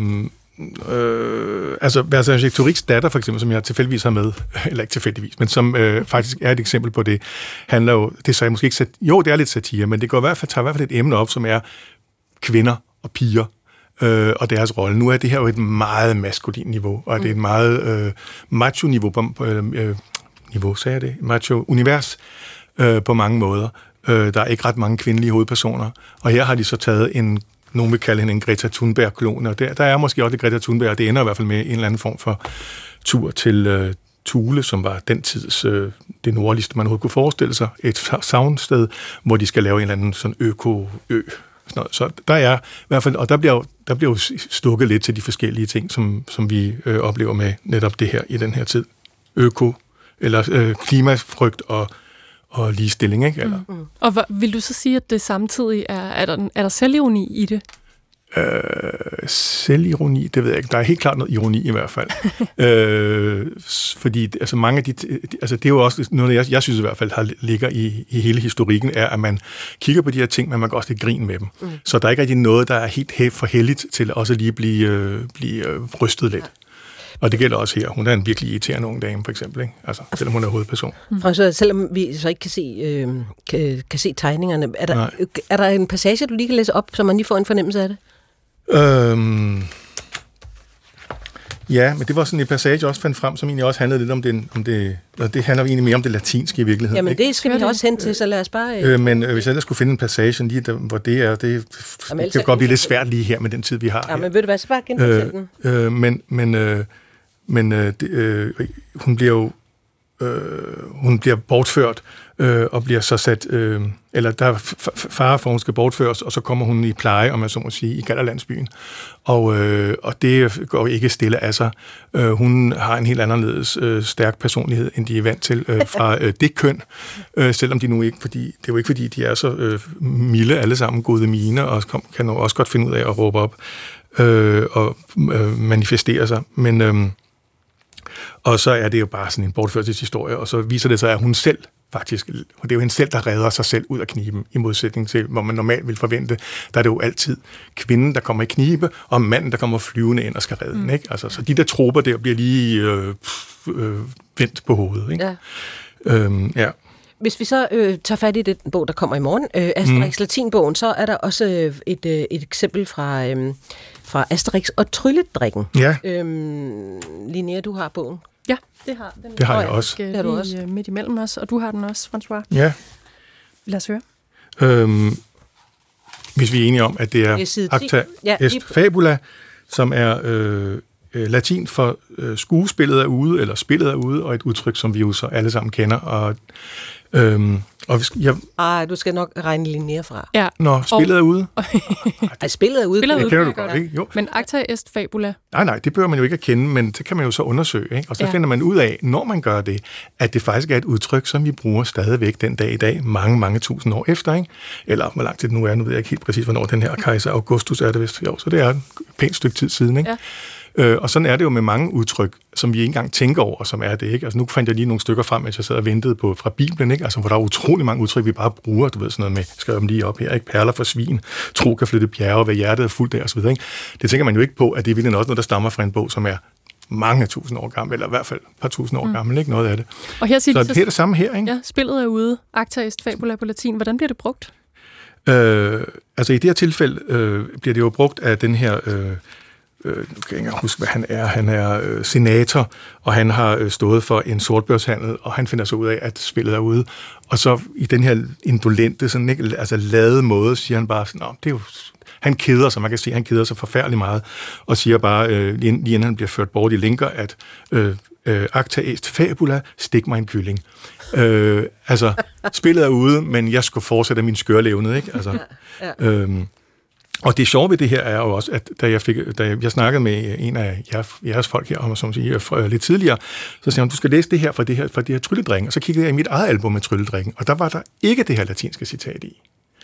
Øh, øh, altså, Vercingétorix datter, for eksempel, som jeg tilfældigvis har med, eller ikke tilfældigvis, men som øh, faktisk er et eksempel på det, handler jo, det så jeg måske ikke sat, jo, det er lidt satire, men det går i hvert fald, tager i hvert fald et emne op, som er kvinder og piger, Øh, og deres rolle. Nu er det her jo et meget maskulin niveau, og det er et meget øh, macho-niveau, på, øh, niveau, sagde jeg det? Macho-univers øh, på mange måder. Øh, der er ikke ret mange kvindelige hovedpersoner, og her har de så taget en, nogen vil kalde hende en Greta Thunberg-klon, og der, der er måske også et Greta Thunberg, og det ender i hvert fald med en eller anden form for tur til øh, Thule, som var den tids øh, det nordligste, man overhovedet kunne forestille sig, et savnsted, hvor de skal lave en eller anden sådan øko-ø. Så der er i hvert fald, og der bliver jo, der bliver jo stukket lidt til de forskellige ting, som, som vi øh, oplever med netop det her i den her tid. Øko, eller øh, klimafrygt og, og ligestilling, ikke? Eller? Mm. Og hvad, vil du så sige, at det samtidig er, er der, er der selvironi i det? Øh, selvironi, det ved jeg ikke. Der er helt klart noget ironi i hvert fald. øh, fordi altså mange af de, altså det er jo også noget, jeg, jeg synes i hvert fald har, ligger i, i hele historikken, er, at man kigger på de her ting, men man kan også lidt grine med dem. Mm. Så der er ikke rigtig noget, der er helt for heldigt til også lige blive, øh, blive øh, rystet lidt. Og det gælder også her. Hun er en virkelig irriterende ung dame, for eksempel, ikke? Altså, selvom hun er hovedperson. Mm. François, selvom vi så ikke kan se, øh, kan, kan se tegningerne, er der, er der en passage, du lige kan læse op, så man lige får en fornemmelse af det? Øhm, ja, men det var sådan en passage, også fandt frem, som egentlig også handlede lidt om det, om det, og det handler egentlig mere om det latinske i virkeligheden. Jamen ikke? det skal vi også hen til, så lad os bare... Øh, men øh, hvis jeg ellers skulle finde en passage lige der, hvor det er, det, Jamen, det kan godt blive lidt svært lige her med den tid, vi har ja, her. men ved du hvad, så bare genfortæl den. Øh, øh, men men, øh, men øh, det, øh, hun bliver jo øh, hun bliver bortført, øh, og bliver så sat, øh, eller der er fare for, hun skal bortføres, og så kommer hun i pleje, om jeg så må sige, i Gallerlandsbyen. Og, øh, og det går ikke stille af sig. Øh, hun har en helt anderledes øh, stærk personlighed, end de er vant til øh, fra øh, det køn, øh, selvom de nu ikke, fordi, det er jo ikke fordi, de er så øh, milde alle sammen, gode mine, og kom, kan jo også godt finde ud af at råbe op øh, og øh, manifestere sig. Men øh, og så er det jo bare sådan en bortførelseshistorie, og så viser det sig, at hun selv faktisk, det er jo hende selv, der redder sig selv ud af kniben, i modsætning til, hvor man normalt vil forvente, der er det jo altid kvinden, der kommer i knibe, og manden, der kommer flyvende ind og skal redde den, mm. ikke? Altså, så de der troper der bliver lige øh, øh, vendt på hovedet, ikke? Ja. Øhm, ja. Hvis vi så øh, tager fat i den bog, der kommer i morgen, øh, Asterix mm. Latinbogen, så er der også øh, et, øh, et eksempel fra, øh, fra Asterix og Trylledrikken. Ja. Øhm, Linnea, du har bogen. Ja, det har den. Det har jeg også. Det har du også. Midt imellem os, og du har den også, François. Ja. Lad os høre. Øhm, hvis vi er enige om, at det er Acta ja, est fabula, som er øh, latin for øh, skuespillet er ude, eller spillet er ude, og et udtryk, som vi jo så alle sammen kender. Og, øhm, og jeg, Ej, du skal nok regne Linnea fra. Ja. Når spillet er ude. Ej, spillet er ude. Spillet er ude. Det kender du godt, ikke? Jo. Men Acta est fabula. Nej, nej, det bør man jo ikke at kende, men det kan man jo så undersøge, ikke? Og så ja. finder man ud af, når man gør det, at det faktisk er et udtryk, som vi bruger stadigvæk den dag i dag, mange, mange tusind år efter, ikke? Eller hvor lang tid det nu er, nu ved jeg ikke helt præcis, hvornår den her kejser Augustus er det vist. Jo, så det er et pænt stykke tid siden, ikke? Ja. Øh, og sådan er det jo med mange udtryk, som vi ikke engang tænker over, som er det, ikke? Altså nu fandt jeg lige nogle stykker frem, mens jeg sad og ventede på fra Bibelen, ikke? Altså hvor der er utrolig mange udtryk, vi bare bruger, du ved sådan noget med, skrev dem lige op her, ikke? Perler for svin, tro kan flytte bjerge, hvad hjertet er fuldt af, og så videre, ikke? Det tænker man jo ikke på, at det er virkelig også noget, der stammer fra en bog, som er mange tusind år gammel, eller i hvert fald et par tusind år mm. gammel, ikke? Noget af det. Og her siger så det er det samme her, ikke? Ja, spillet er ude, Acta est fabula på latin. Hvordan bliver det brugt? Øh, altså i det her tilfælde øh, bliver det jo brugt af den her... Øh, Øh, nu kan jeg ikke engang huske, hvad han er. Han er øh, senator, og han har øh, stået for en sortbørshandel, og han finder så ud af, at spillet er ude. Og så i den her indolente, sådan, ikke, altså lade måde, siger han bare sådan, det er jo... Han keder sig, man kan se, han keder sig forfærdeligt meget, og siger bare, øh, lige inden han bliver ført bort i linker, at øh, øh, Acta est fabula, stik mig en kylling. Øh, altså, spillet er ude, men jeg skulle fortsætte min skørlevnede, ikke? Altså, ja, ja. Øhm, og det sjove ved det her er jo også, at da jeg, fik, da jeg, jeg snakkede med en af jer, jeres folk her, om, som siger, lidt tidligere, så sagde hun, du skal læse det her fra det her, fra det her trylledrikken. Og så kiggede jeg i mit eget album med trylledrikken, og der var der ikke det her latinske citat i.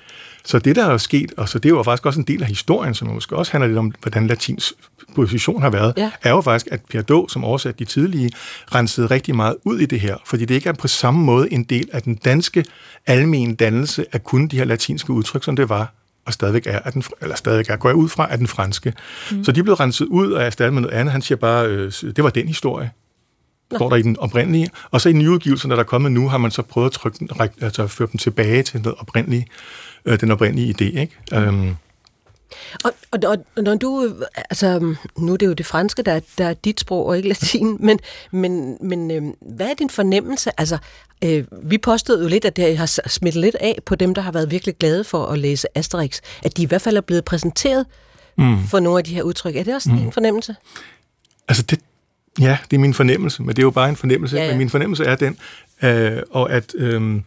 Så det, der er sket, og så det er jo faktisk også en del af historien, som måske også handler lidt om, hvordan latins position har været, ja. er jo faktisk, at Pierre Daud, som oversat de tidlige, rensede rigtig meget ud i det her, fordi det ikke er på samme måde en del af den danske almene dannelse at kunne de her latinske udtryk, som det var, og stadigvæk er, at den, eller stadigvæk er, går jeg ud fra, af den franske. Mm. Så de blev renset ud og er stadig med noget andet. Han siger bare, øh, det var den historie. Nå. Står der i den oprindelige. Og så i nyudgivelsen, der er kommet nu, har man så prøvet at trykke den, altså føre dem tilbage til noget oprindelige, øh, den oprindelige idé, ikke? Mm. Um, Og, og, og når du, altså, nu er det jo det franske, der, der er dit sprog, og ikke latin, men, men, men øh, hvad er din fornemmelse? Altså, øh, vi påstod jo lidt, at det har smittet lidt af på dem, der har været virkelig glade for at læse Asterix, at de i hvert fald er blevet præsenteret mm. for nogle af de her udtryk. Er det også mm. din fornemmelse? Altså, det, ja, det er min fornemmelse, men det er jo bare en fornemmelse. Ja, ja. Men min fornemmelse er den, øh, og at... Øh,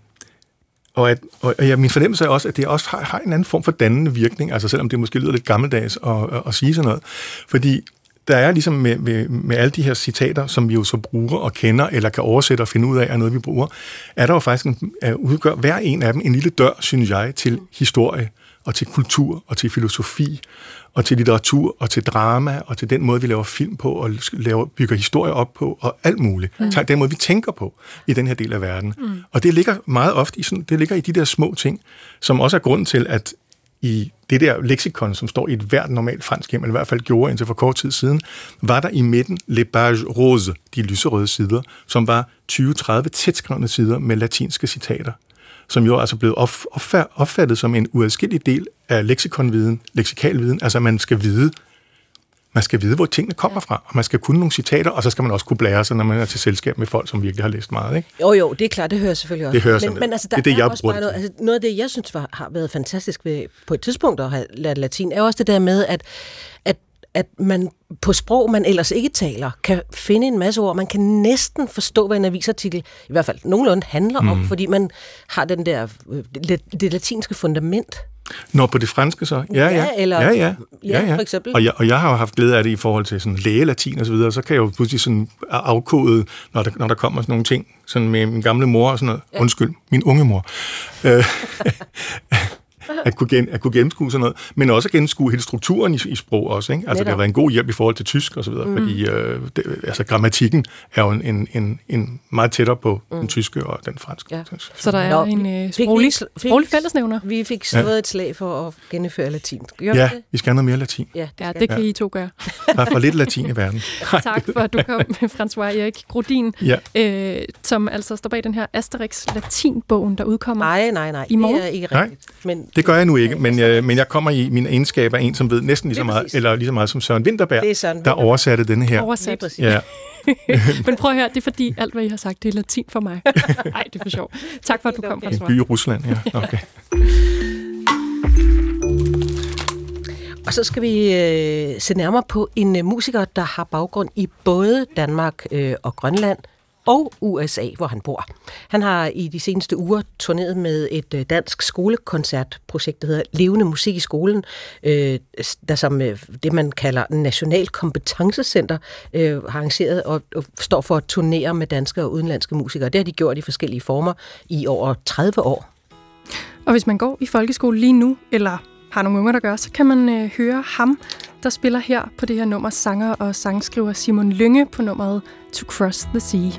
Og, at, og ja, min fornemmelse er også, at det også har, har en anden form for dannende virkning, altså selvom det måske lyder lidt gammeldags at, at, at sige sådan noget. Fordi der er ligesom med, med, med alle de her citater, som vi jo så bruger og kender, eller kan oversætte og finde ud af, er noget, vi bruger, er der jo faktisk en, udgør hver en af dem en lille dør, synes jeg, til historie, og til kultur, og til filosofi, og til litteratur, og til drama, og til den måde, vi laver film på, og laver, bygger historie op på, og alt muligt. Mm. Den måde, vi tænker på i den her del af verden. Mm. Og det ligger meget ofte i, sådan, det ligger i de der små ting, som også er grunden til, at i det der leksikon, som står i et hvert normalt fransk hjem, eller i hvert fald gjorde indtil for kort tid siden, var der i midten les pages rose, de lyserøde sider, som var tyve til tredive tætskrevne sider med latinske citater, som jo er altså blevet opfattet som en uadskillelig del af leksikonviden, leksikalviden, altså man skal vide, man skal vide, hvor tingene kommer fra, og man skal kunne nogle citater, og så skal man også kunne blære sig, når man er til selskab med folk, som virkelig har læst meget, ikke? Jo, jo, det er klart, det hører selvfølgelig også. Det hører men, men altså, der det er det, er jeg også bare noget, altså, noget af det, jeg synes var, har været fantastisk ved, på et tidspunkt at have lært latin, er også det der med, at, at at man på sprog, man ellers ikke taler, kan finde en masse ord. Man kan næsten forstå, hvad en avisartikel i hvert fald nogenlunde handler mm. om, fordi man har den der, det, det latinske fundament. Nå, på det franske så? Ja, ja. Ja, eller, ja, ja. ja, ja, ja. for eksempel. Og jeg, og jeg har jo haft glæde af det i forhold til sådan lægelatin og så videre, så kan jeg jo pludselig sådan afkode, når der, når der kommer sådan nogle ting, sådan med min gamle mor og sådan noget. Ja. Undskyld, min unge mor. At kunne, gen, at kunne gennemskue sådan noget, men også at gennemskue hele strukturen i, i sprog også, ikke? Altså Netop. Det har været en god hjælp i forhold til tysk og så videre, mm. fordi øh, det, altså grammatikken er jo en, en, en, en meget tættere på mm. den tyske og den franske. Ja. Så der er Nå, en øh, sproglig, sproglig fællesnævner. Vi fik slået ja. et slag for at gennemføre latin. Gør ja, det? vi skal have noget mere latin. Ja, det, ja, det kan ja. I to gøre. Der er for lidt latin i verden. Tak for, at du kom, François Erik Grodin, ja. øh, som altså står bag den her Asterix latinbogen, der udkommer nej, nej, nej. i morgen. Det er ikke rigtigt. Men det gør jeg nu ikke, men jeg, men jeg kommer i min egenskab af en, som ved næsten lige så meget, eller lige så meget som Søren Vinterberg, Søren Vinterberg. Der oversatte denne her. Oversat. Ja. Men prøv at høre, det er fordi alt, hvad I har sagt, det er latin for mig. Nej, det er for sjovt. Tak for, at du kom, François. En by i Rusland, ja. Okay. Og så skal vi øh, se nærmere på en øh, musiker, der har baggrund i både Danmark øh, og Grønland, og U S A, hvor han bor. Han har i de seneste uger turneret med et dansk skolekoncertprojekt, der hedder Levende Musik i Skolen, øh, der som øh, det, man kalder National Kompetencecenter, øh, har arrangeret og, og står for at turnere med danske og udenlandske musikere. Det har de gjort i forskellige former i over tredive år. Og hvis man går i folkeskole lige nu, eller har nogle unger, der gør, så kan man øh, høre ham, der spiller her på det her nummer, sanger og sangskriver Simon Lynge på nummeret To Cross the Sea.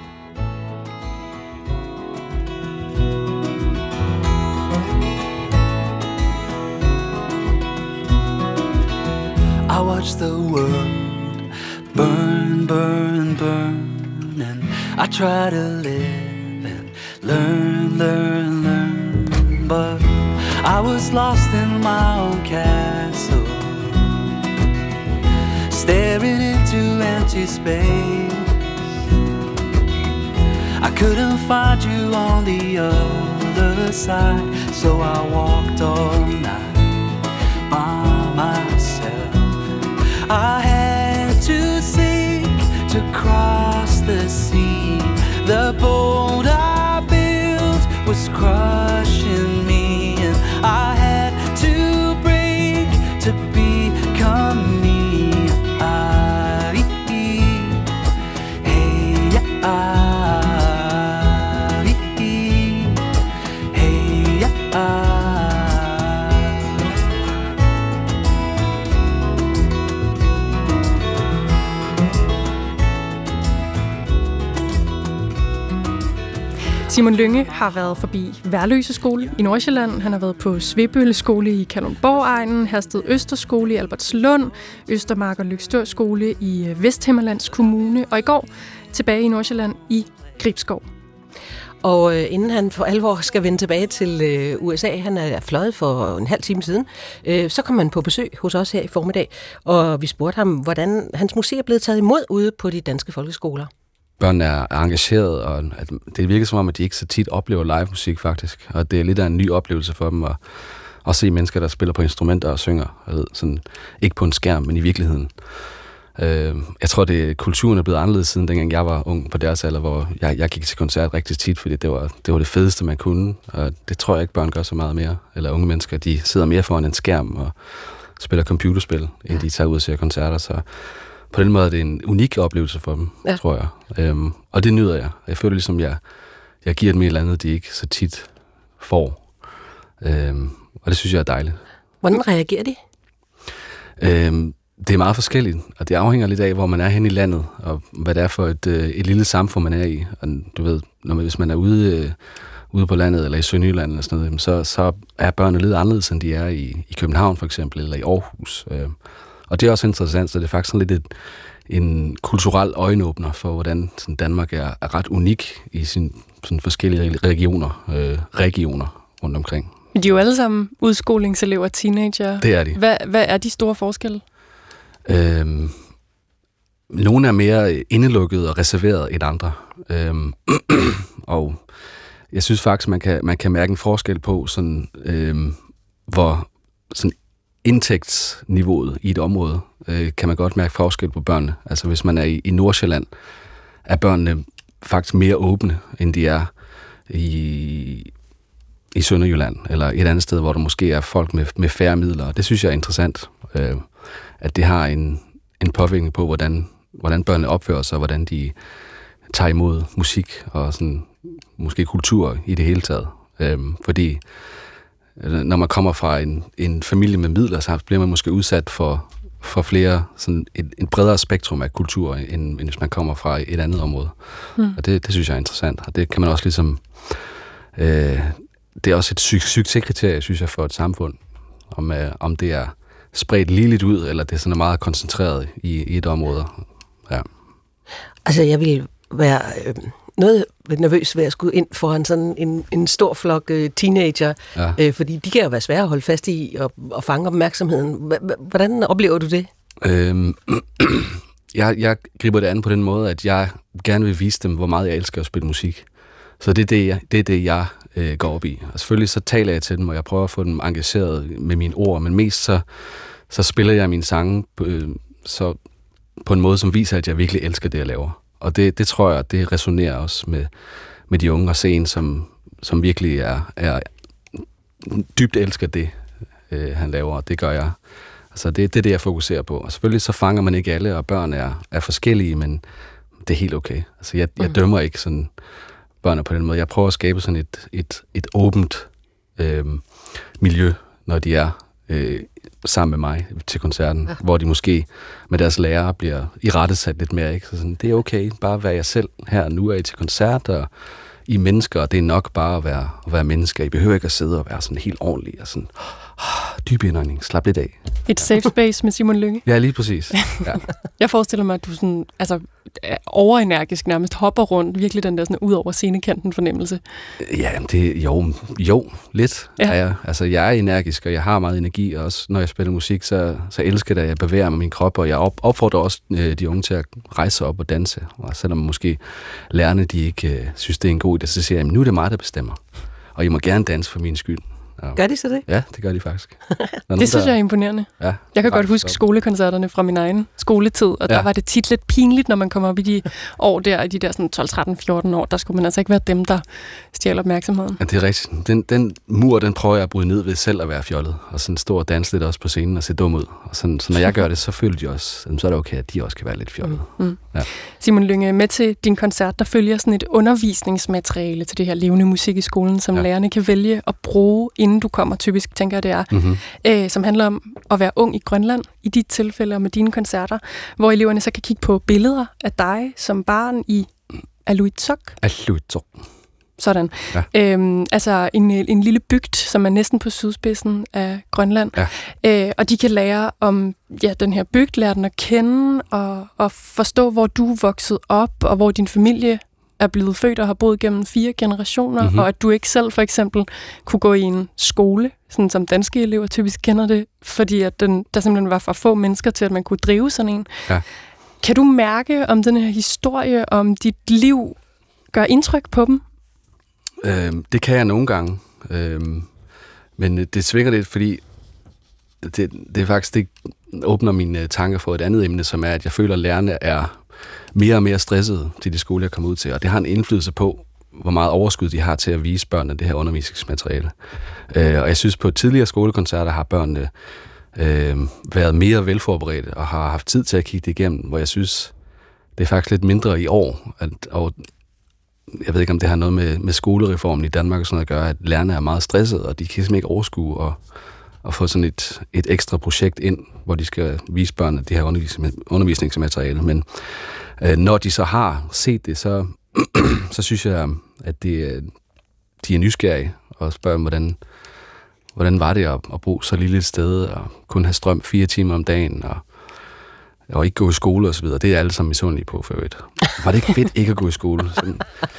I watch the world burn, burn, burn, and I try to live and learn, learn, learn, but I was lost in my own castle, staring into empty space. I couldn't find you on the other side, so I walked all night by myself. I had to seek to cross the sea. The boat I Simon Lynge har været forbi Værløse Skole i Nordsjælland. Han har været på Svebølle Skole i Kalundborg-egnen, Hersted Østerskole i Albertslund, Østermark og Løgstør Skole i Vesthimmerlands Kommune, og i går tilbage i Nordsjælland i Gribskov. Og øh, inden han for alvor skal vende tilbage til øh, U S A, han er fløjet for en halv time siden, øh, så kom han på besøg hos os her i formiddag, og vi spurgte ham, hvordan hans musik er blevet taget imod ude på de danske folkeskoler. Børnene er engageret, og at det virker som om, at de ikke så tit oplever live musik faktisk, og det er lidt af en ny oplevelse for dem at, at se mennesker, der spiller på instrumenter og synger, ved, sådan, ikke på en skærm, men i virkeligheden. Øh, jeg tror, at kulturen er blevet anderledes siden dengang jeg var ung på deres alder, hvor jeg, jeg gik til koncert rigtig tit, fordi det var, det var det fedeste, man kunne, og det tror jeg ikke, børn gør så meget mere, eller unge mennesker, de sidder mere foran en skærm og spiller computerspil, end de tager ud og ser koncerter, så på den måde er det en unik oplevelse for dem, ja. tror jeg. Øhm, og det nyder jeg. Jeg føler ligesom, jeg, jeg giver dem et eller andet, de ikke så tit får. Øhm, og det synes jeg er dejligt. Hvordan reagerer de? Øhm, det er meget forskelligt, og det afhænger lidt af, hvor man er hen i landet, og hvad det er for et, et lille samfund, man er i. Og du ved, når man, hvis man er ude, øh, ude på landet, eller i Sønderjylland, eller sådan noget, så, så er børnene lidt anderledes, end de er i, i København for eksempel, eller i Aarhus. Øh, Og det er også interessant, så det er faktisk sådan lidt et, en kulturel øjenåbner for, hvordan sådan Danmark er, er ret unik i sine sådan forskellige regioner, øh, regioner rundt omkring. De er jo alle sammen udskolingselever og teenager. Det er de. Hvad, hvad er de store forskelle? Øhm, nogle er mere indelukkede og reserveret end andre. Øhm, og jeg synes faktisk, man kan, man kan mærke en forskel på, sådan, øhm, hvor sådan indtægtsniveauet i et område, øh, kan man godt mærke forskel på børnene. Altså hvis man er i, i Nordsjælland, er børnene faktisk mere åbne, end de er i, i Sønderjylland, eller et andet sted, hvor der måske er folk med, med færre midler. Og det synes jeg er interessant, øh, at det har en, en påvirkning på, hvordan, hvordan børnene opfører sig, og hvordan de tager imod musik og sådan, måske kultur i det hele taget. Øh, fordi når man kommer fra en, en familie med midler, så bliver man måske udsat for, for flere, sådan et, et bredere spektrum af kultur, end, end hvis man kommer fra et andet område. Mm. Og det, det synes jeg er interessant. Og det kan man også ligesom... Øh, det er også et sy- succeskriterie, synes jeg, for et samfund. Om, øh, om det er spredt ligeligt ud, eller det er sådan meget koncentreret i, i et område. Ja. Altså, jeg vil være... Øh noget nervøs ved at skulle ind foran sådan en, en stor flok øh, teenager, ja. øh, fordi de kan jo være svære at holde fast i og, og fange opmærksomheden. Hvordan oplever du det? Øhm, jeg, jeg griber det an på den måde, at jeg gerne vil vise dem, hvor meget jeg elsker at spille musik. Så det er det, jeg, det, er det, jeg øh, går op i. Og selvfølgelig så taler jeg til dem, og jeg prøver at få dem engageret med mine ord, men mest så, så spiller jeg mine sange på, øh, så på en måde, som viser, at jeg virkelig elsker det, jeg laver. Og det, det tror jeg, det resonerer også med, med de unge, og se en, som, som virkelig er, er dybt elsker det, øh, han laver, og det gør jeg. Altså det, det er det, jeg fokuserer på. Og selvfølgelig så fanger man ikke alle, og børn er, er forskellige, men det er helt okay. Altså jeg, jeg dømmer ikke sådan børn på den måde. Jeg prøver at skabe sådan et, et, et åbent øh, miljø, når de er øh, sammen med mig til koncerten, ja. Hvor de måske med deres lærere bliver irettesat lidt mere, ikke? Så sådan, det er okay, bare være jeg selv her. Nu er I til koncert, og I er mennesker, og det er nok bare at være, at være mennesker. I behøver ikke at sidde og være sådan helt ordentlig og sådan, oh, dyb indånding, slap lidt af. Et safe space med Simon Lynge. Ja, lige præcis. Ja. Jeg forestiller mig, at du sådan, altså, er overenergisk nærmest hopper rundt, virkelig den der sådan ud over scenekanten fornemmelse. Ja, det, jo, jo, lidt ja. er jeg. Altså, jeg er energisk, og jeg har meget energi, og også når jeg spiller musik, så, så elsker jeg, at jeg bevæger mig min krop, og jeg op, opfordrer også øh, de unge til at rejse sig op og danse. Og selvom måske lærerne, de ikke øh, synes, det er en god idé, så siger jeg, nu er det mig, der bestemmer. Og I må gerne danse for min skyld. Ja. Gør de så det? Ja, det gør de faktisk. Det synes jeg er imponerende. Ja, jeg kan godt huske op. skolekoncerterne fra min egen skoletid, og ja. Der var det tit lidt pinligt, når man kom op i de år der, i de der sådan tolv, tretten, fjorten år, der skulle man altså ikke være dem, der stjæler opmærksomheden. Ja, det er rigtigt. Den, den mur, den prøver jeg at bryde ned ved selv at være fjollet, og sådan stå og danse lidt også på scenen og se dum ud. Og sådan, så når jeg gør det, så føler de også, så er det okay, at de også kan være lidt fjollet. Mm. Mm. Ja. Simon Lynge, med til din koncert, der følger sådan et undervisningsmateriale til det her levende musik i skolen, som ja. lærerne kan vælge at bruge, inden du kommer, typisk tænker jeg det er, mm-hmm. øh, som handler om at være ung i Grønland, i dit tilfælde og med dine koncerter, hvor eleverne så kan kigge på billeder af dig som barn i Aluitsuk. Aluitsuk. Sådan. Ja. Øhm, altså en, en lille bygd, som er næsten på sydspidsen af Grønland. Ja. Øh, og de kan lære om ja, den her bygd, lære den at kende og, og forstå, hvor du er vokset op, og hvor din familie er blevet født og har boet gennem fire generationer, mm-hmm. og at du ikke selv for eksempel kunne gå i en skole, sådan som danske elever typisk kender det, fordi at den, der simpelthen var for få mennesker til, at man kunne drive sådan en. Ja. Kan du mærke, om den her historie, om dit liv gør indtryk på dem? Øhm, det kan jeg nogle gange, øhm, men det svinger lidt, fordi det, det er faktisk, det åbner mine tanker for et andet emne, som er, at jeg føler, at lærerne er mere og mere stressede til de skoler, jeg kommer ud til, og det har en indflydelse på, hvor meget overskud de har til at vise børnene det her undervisningsmateriale. Øh, og jeg synes, på tidligere skolekoncerter har børnene øh, været mere velforberedte og har haft tid til at kigge det igennem, hvor jeg synes, det er faktisk lidt mindre i år. At, og jeg ved ikke, om det har noget med, med skolereformen i Danmark og sådan noget at gøre, at lærerne er meget stressede, og de kan simpelthen ikke overskue og, og få sådan et, et ekstra projekt ind, hvor de skal vise børnene det her undervisning, undervisningsmateriale. Men øh, når de så har set det, så, så synes jeg, at det, de er nysgerrige og spørger, hvordan, hvordan var det at, at bo så lille et sted og kun have strøm fire timer om dagen og og ikke gå i skole og så videre. Det er alle sammen misundelige på, for øvrigt. Var det ikke fedt ikke at gå i skole? Sådan.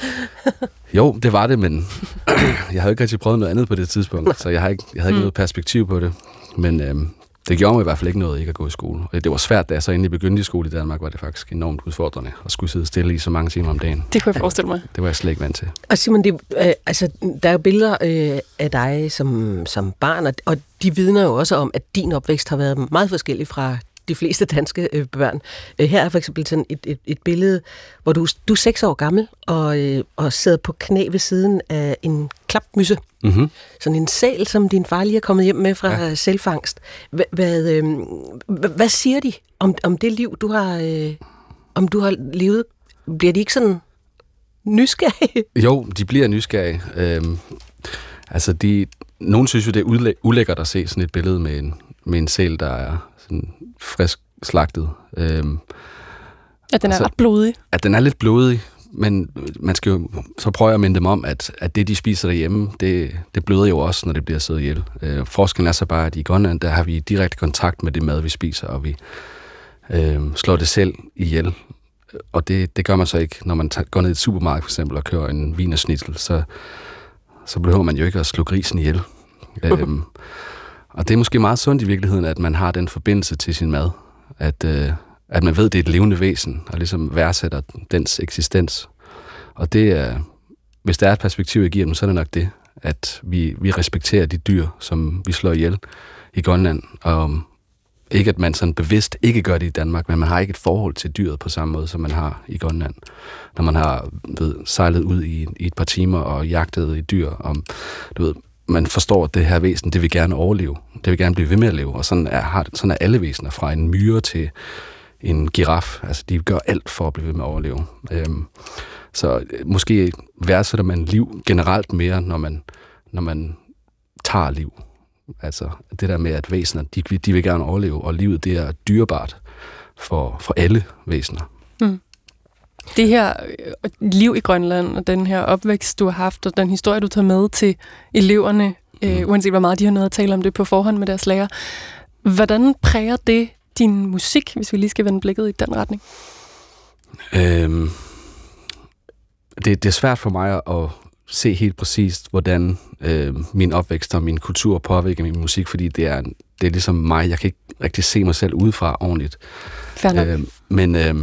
Jo, det var det, men jeg havde ikke rigtig prøvet noget andet på det tidspunkt, så jeg havde ikke, jeg havde ikke mm. noget perspektiv på det. Men øhm, det gjorde mig i hvert fald ikke noget ikke at gå i skole. Og det var svært, da jeg så endelig begyndte i skole i Danmark, var det faktisk enormt udfordrende at skulle sidde stille i så mange timer om dagen. Det kunne jeg forestille mig. Det var jeg slet ikke vant til. Og Simon, det, øh, altså, der er jo billeder øh, af dig som, som barn, og, og de vidner jo også om, at din opvækst har været meget forskellig fra de fleste danske øh, børn. Øh, her er for eksempel sådan et, et, et billede, hvor du, du er seks år gammel og, øh, og sidder på knæ ved siden af en klapmysse. Mm-hmm. Sådan en sæl, som din far lige er kommet hjem med fra ja. selvfangst. H- hvad, øh, h- hvad siger de om, om det liv, du har, øh, om du har levet? Bliver de ikke sådan nysgerrige? Jo, de bliver nysgerrige. Øhm, altså, de, nogen synes jo, det er udlæ- ulækkert at se sådan et billede med en, med en sæl, der er sådan frisk slagtet. Øhm, at den er så, ret blodig. At den er lidt blodig, men man skal jo, så prøver jeg at minde dem om, at, at det, de spiser derhjemme, det, det bløder jo også, når det bliver siddet ihjel. Øh, forskellen er så bare, at i Grønland, der har vi direkte kontakt med det mad, vi spiser, og vi øh, slår det selv ihjel. Og det, det gør man så ikke, når man tager, går ned i et supermarked for eksempel og kører en wienerschnitzel, så, så behøver man jo ikke at slå grisen ihjel. øhm, Og det er måske meget sundt i virkeligheden, at man har den forbindelse til sin mad. At, øh, at man ved, at det er et levende væsen, og ligesom værdsætter dens eksistens. Og det er, hvis der er et perspektiv, jeg giver dem, så er det nok det, at vi, vi respekterer de dyr, som vi slår ihjel i Grønland. Og ikke, at man sådan bevidst ikke gør det i Danmark, men man har ikke et forhold til dyret på samme måde, som man har i Grønland. Når man har ved, sejlet ud i, i et par timer og jagtet et dyr, og du ved, man forstår, at det her væsen, det vil gerne overleve. Det vil gerne blive ved med at leve. Og sådan er, har, sådan er alle væsener, fra en myre til en giraf. Altså, de gør alt for at blive ved med at overleve. Øhm, så måske værdsætter man liv generelt mere, når man, når man tager liv. Altså, det der med, at væsener, de, de vil gerne overleve, og livet, det er dyrebart for, for alle væsener. Mm. Det her liv i Grønland, og den her opvækst, du har haft, og den historie, du tager med til eleverne, mm. øh, uanset hvor meget de har noget at tale om det på forhånd med deres lærer. Hvordan præger det din musik, hvis vi lige skal vende blikket i den retning? Øhm, det, det er svært for mig at se helt præcist, hvordan øh, min opvækst og min kultur påvirker min musik, fordi det er, det er ligesom mig. Jeg kan ikke rigtig se mig selv udefra ordentligt. Øh, men... Øh,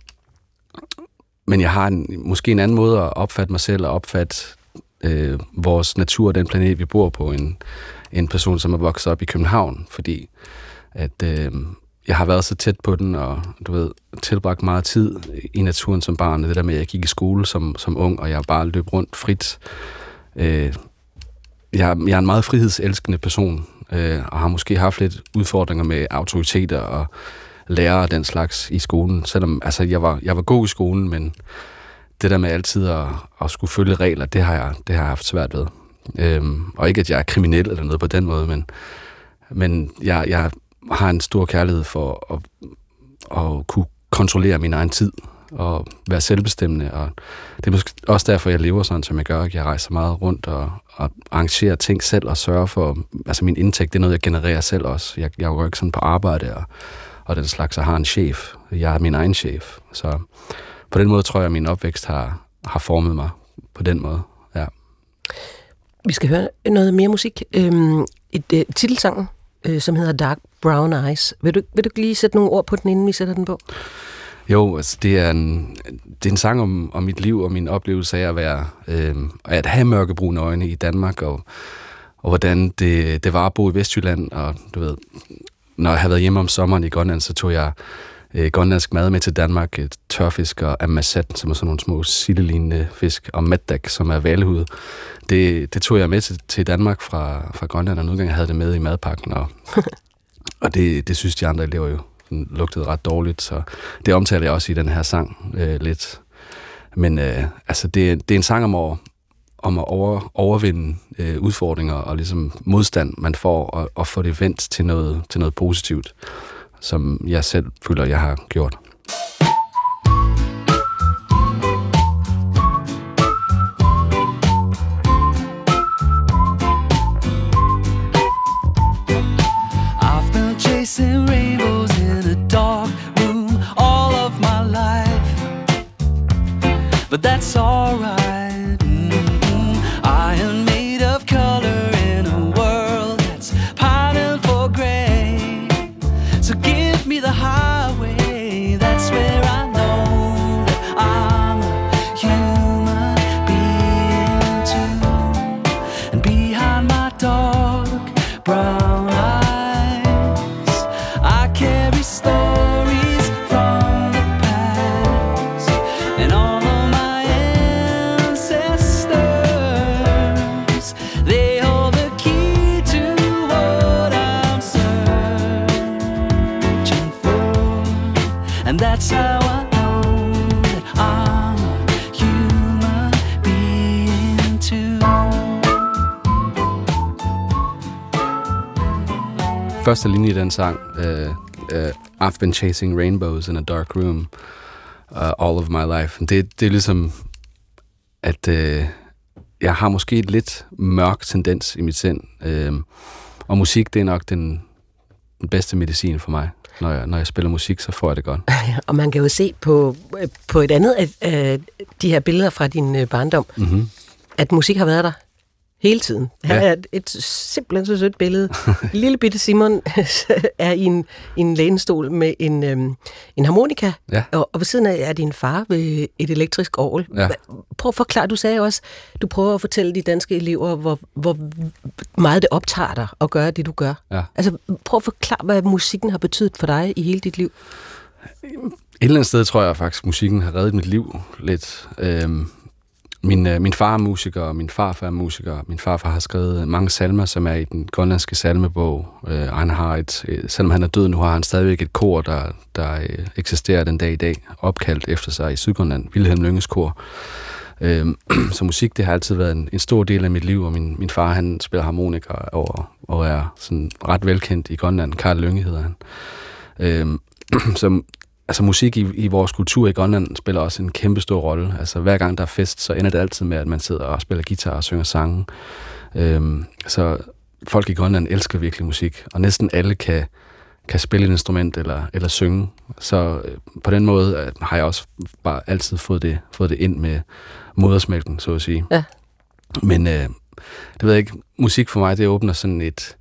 Men jeg har en, måske en anden måde at opfatte mig selv og opfatte øh, vores natur og den planet, vi bor på, en, en person, som er vokset op i København, fordi at øh, jeg har været så tæt på den, og du ved, tilbragt meget tid i naturen som barn. Det der med, at jeg gik i skole som, som ung, og jeg bare løb rundt frit. Øh, jeg, jeg er en meget frihedselskende person, øh, og har måske haft lidt udfordringer med autoriteter og lærer og den slags i skolen, selvom altså, jeg, var, jeg var god i skolen, men det der med altid at, at skulle følge regler, det har jeg, det har jeg haft svært ved. Øhm, og ikke, at jeg er kriminel eller noget på den måde, men, men jeg, jeg har en stor kærlighed for at, at kunne kontrollere min egen tid. og være selvbestemmende, og det er måske også derfor, jeg lever sådan, som jeg gør. Jeg rejser meget rundt og, og arrangerer ting selv og sørger for, altså min indtægt, det er noget, jeg genererer selv også. Jeg, jeg går ikke sådan på arbejde og, og den slags, jeg har en chef. Jeg er min egen chef. Så på den måde tror jeg, at min opvækst har, har formet mig på den måde, ja. Vi skal høre noget mere musik. Øhm, et, et titelsangen, øh, som hedder Dark Brown Eyes. Vil du, vil du lige sætte nogle ord på den, inden vi sætter den på? Jo, altså det er en, det er en sang om, om mit liv og min oplevelse af at være, øh, at have mørkebrune øjne i Danmark, og, og hvordan det, det var at bo i Vestjylland, og du ved, når jeg havde været hjemme om sommeren i Grønland, så tog jeg øh, grønlandsk mad med til Danmark, et tørfisk og amasat, som er sådan nogle små sildelignende fisk, og matdak, som er valehud. Det, det tog jeg med til, til Danmark fra, fra Grønland, og nogle gange havde det med i madpakken, og, og det, det synes de andre elever jo lugtede ret dårligt, så det omtaler jeg også i den her sang øh, lidt. Men øh, altså det, det er en sang om at, om at over, overvinde øh, udfordringer og ligesom modstand, man får, og, og få det vendt til noget, til noget positivt, som jeg selv føler, jeg har gjort. I've been chasing rainbows in a dark room all of my life, but that's alright. Mm-hmm. I am made of color in a world that's pining for gray. So give me the highway, that's where I know that I'm a human being too. And behind my dark brown eyes, I carry stories from the past and all of my ancestors. They hold the key to what I'm searching for, and that's how I know that I'm a human being too. Første linje i den sang, uh, uh, I've been chasing rainbows in a dark room uh, all of my life. Det, det er ligesom, at uh, jeg har måske et lidt mørk tendens i mit sind, uh, og musik, det er nok den, den bedste medicin for mig. Når jeg, når jeg spiller musik, så får jeg det godt. Og man kan jo se på, på et andet af af de her billeder fra din barndom, Mm-hmm. at musik har været der hele tiden. Her Ja. er et, et simpelthen så sødt billede. Lille bitte Simon er i en, i en lænestol med en, øhm, en harmonika, Ja. og, og ved siden af er din far ved et elektrisk orgel. Ja. Prøv at forklare, du sagde også, du prøver at fortælle de danske elever, hvor, hvor meget det optager dig at gøre det, du gør. Ja. Altså, prøv at forklare, hvad musikken har betydet for dig i hele dit liv. Et eller andet sted tror jeg faktisk, at musikken har reddet mit liv lidt. Øhm, min, øh, min far er musiker, og min farfar er musiker. Min farfar har skrevet mange salmer, som er i den grønlandske salmebog. Øh, han har et, øh, selvom han er død nu, har han stadigvæk et kor, der, der øh, eksisterer den dag i dag, opkaldt efter sig i Sydgrønland, Vilhelm Lynges kor. Øhm, så musik, det har altid været en, en stor del af mit liv, og min, min far, han spiller harmonika og, og er sådan ret velkendt i Grønland. Karl Lynge hedder han. Øhm, så altså musik i, i vores kultur i Grønland spiller også en kæmpe stor rolle. Altså hver gang der er fest, så ender det altid med, at man sidder og spiller guitar og synger sange. Øhm, så folk i Grønland elsker virkelig musik, og næsten alle kan, kan spille et instrument eller, eller synge. Så øh, på den måde øh, har jeg også bare altid fået det, fået det ind med modersmælken, så at sige. Ja. Men øh, det ved jeg ikke, musik for mig, det åbner sådan et,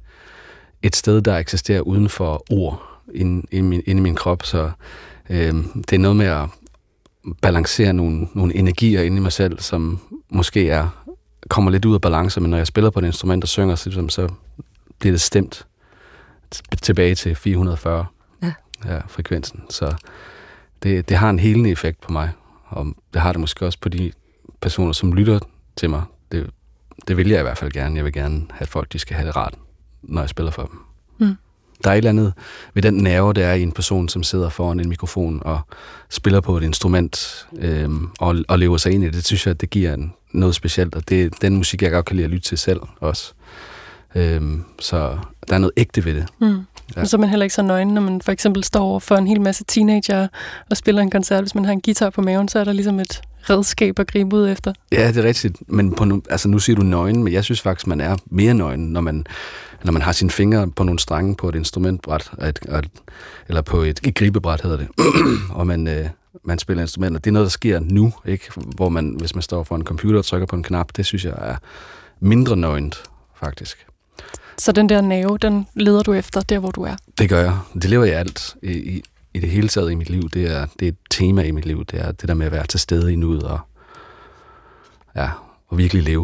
et sted, der eksisterer uden for ord inde, inde, min, inde i min krop, så øh, det er noget med at balancere nogle, nogle energier inde i mig selv, som måske er kommer lidt ud af balance, men når jeg spiller på et instrument og synger, så, så bliver det stemt tilbage til fire hundrede og fyrre, ja. Ja, frekvensen. Så det, det har en helende effekt på mig, og det har det måske også på de personer, som lytter til mig. Det, det vil jeg i hvert fald gerne. Jeg vil gerne have folk, de skal have det rart, når jeg spiller for dem. Mm. Der er et eller andet ved den nerve, der er i en person, som sidder foran en mikrofon og spiller på et instrument øhm, og, og lever sig ind i det. Det synes jeg, det giver en, noget specielt, og det er den musik, jeg godt kan lide at lytte til selv også. Øhm, så der er noget ægte ved det. Mm. Ja. Så er man heller ikke så nøgen, når man for eksempel står over for en hel masse teenager og spiller en koncert. Hvis man har en guitar på maven, så er der ligesom et redskab at gribe ud efter. Ja, det er rigtigt. Men på nu, altså nu siger du nøgen, men jeg synes faktisk, man er mere nøgen, når man, når man har sine fingre på nogle strenge på et instrumentbræt, et, et, eller på et, et gribebræt hedder det, og man, øh, man spiller instrumenter. Det er noget, der sker nu, ikke? Hvor man, hvis man står for en computer og trykker på en knap, det synes jeg er mindre nøgent, faktisk. Så den der nerve, den leder du efter der, hvor du er? Det gør jeg. Det lever jeg alt i, i, i det hele taget i mit liv. Det er, det er et tema i mit liv. Det er det der med at være til stede i nuet og, ja, og virkelig leve.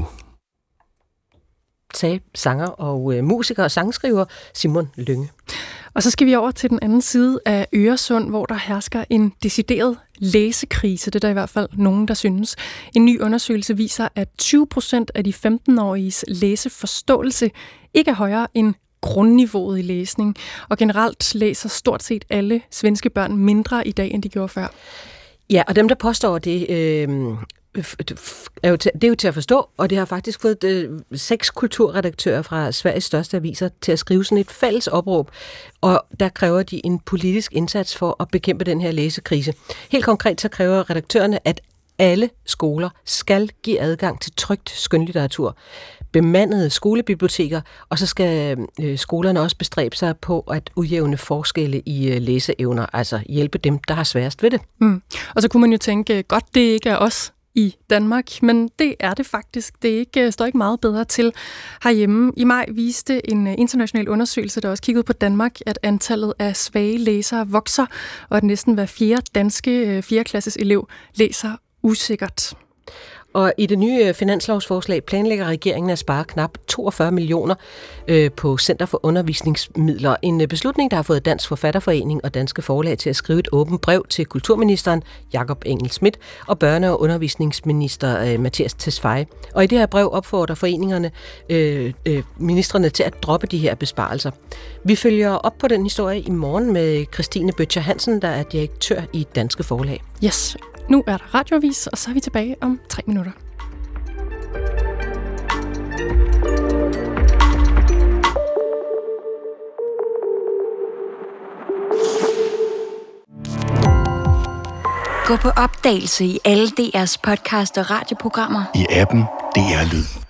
Sagde sanger og øh, musiker og sangskriver Simon Lynge. Og så skal vi over til den anden side af Øresund, hvor der hersker en decideret læsekrise. Det er der i hvert fald nogen, der synes. En ny undersøgelse viser, at tyve procent af de femten-åriges læseforståelse ikke er højere end grundniveauet i læsning. Og generelt læser stort set alle svenske børn mindre i dag, end de gjorde før. Ja, og dem, der påstår det, øh, er jo til, det er jo til at forstå, og det har faktisk fået øh, seks kulturredaktører fra Sveriges største aviser til at skrive sådan et fælles opråb, og der kræver de en politisk indsats for at bekæmpe den her læsekrise. Helt konkret så kræver redaktørerne, at alle skoler skal give adgang til trykt skønlitteratur, bemandede skolebiblioteker, og så skal øh, skolerne også bestræbe sig på at udjævne forskelle i øh, læseevner, altså hjælpe dem, der har sværest ved det. Mm. Og så kunne man jo tænke, godt det ikke er os i Danmark, men det er det faktisk. Det er ikke, står ikke meget bedre til herhjemme. I maj viste en international undersøgelse, der også kiggede på Danmark, at antallet af svage læsere vokser, og at næsten hver fjerde danske fjerde-klasses elev læser usikkert. Og i det nye finanslovsforslag planlægger regeringen at spare knap toogfyrre millioner øh, på Center for Undervisningsmidler. En beslutning, der har fået Dansk Forfatterforening og Danske Forlag til at skrive et åbent brev til kulturministeren Jakob Engel-Schmidt og børne- og undervisningsminister øh, Mathias Tesfaye. Og i det her brev opfordrer foreningerne øh, øh, ministrene til at droppe de her besparelser. Vi følger op på den historie i morgen med Christine Bøtcher Hansen, der er direktør i Danske Forlag. Yes. Nu er der radioavis, og så er vi tilbage om tre minutter. Gå på opdagelse i alle D R's podcast og radioprogrammer. I appen D R Lyd.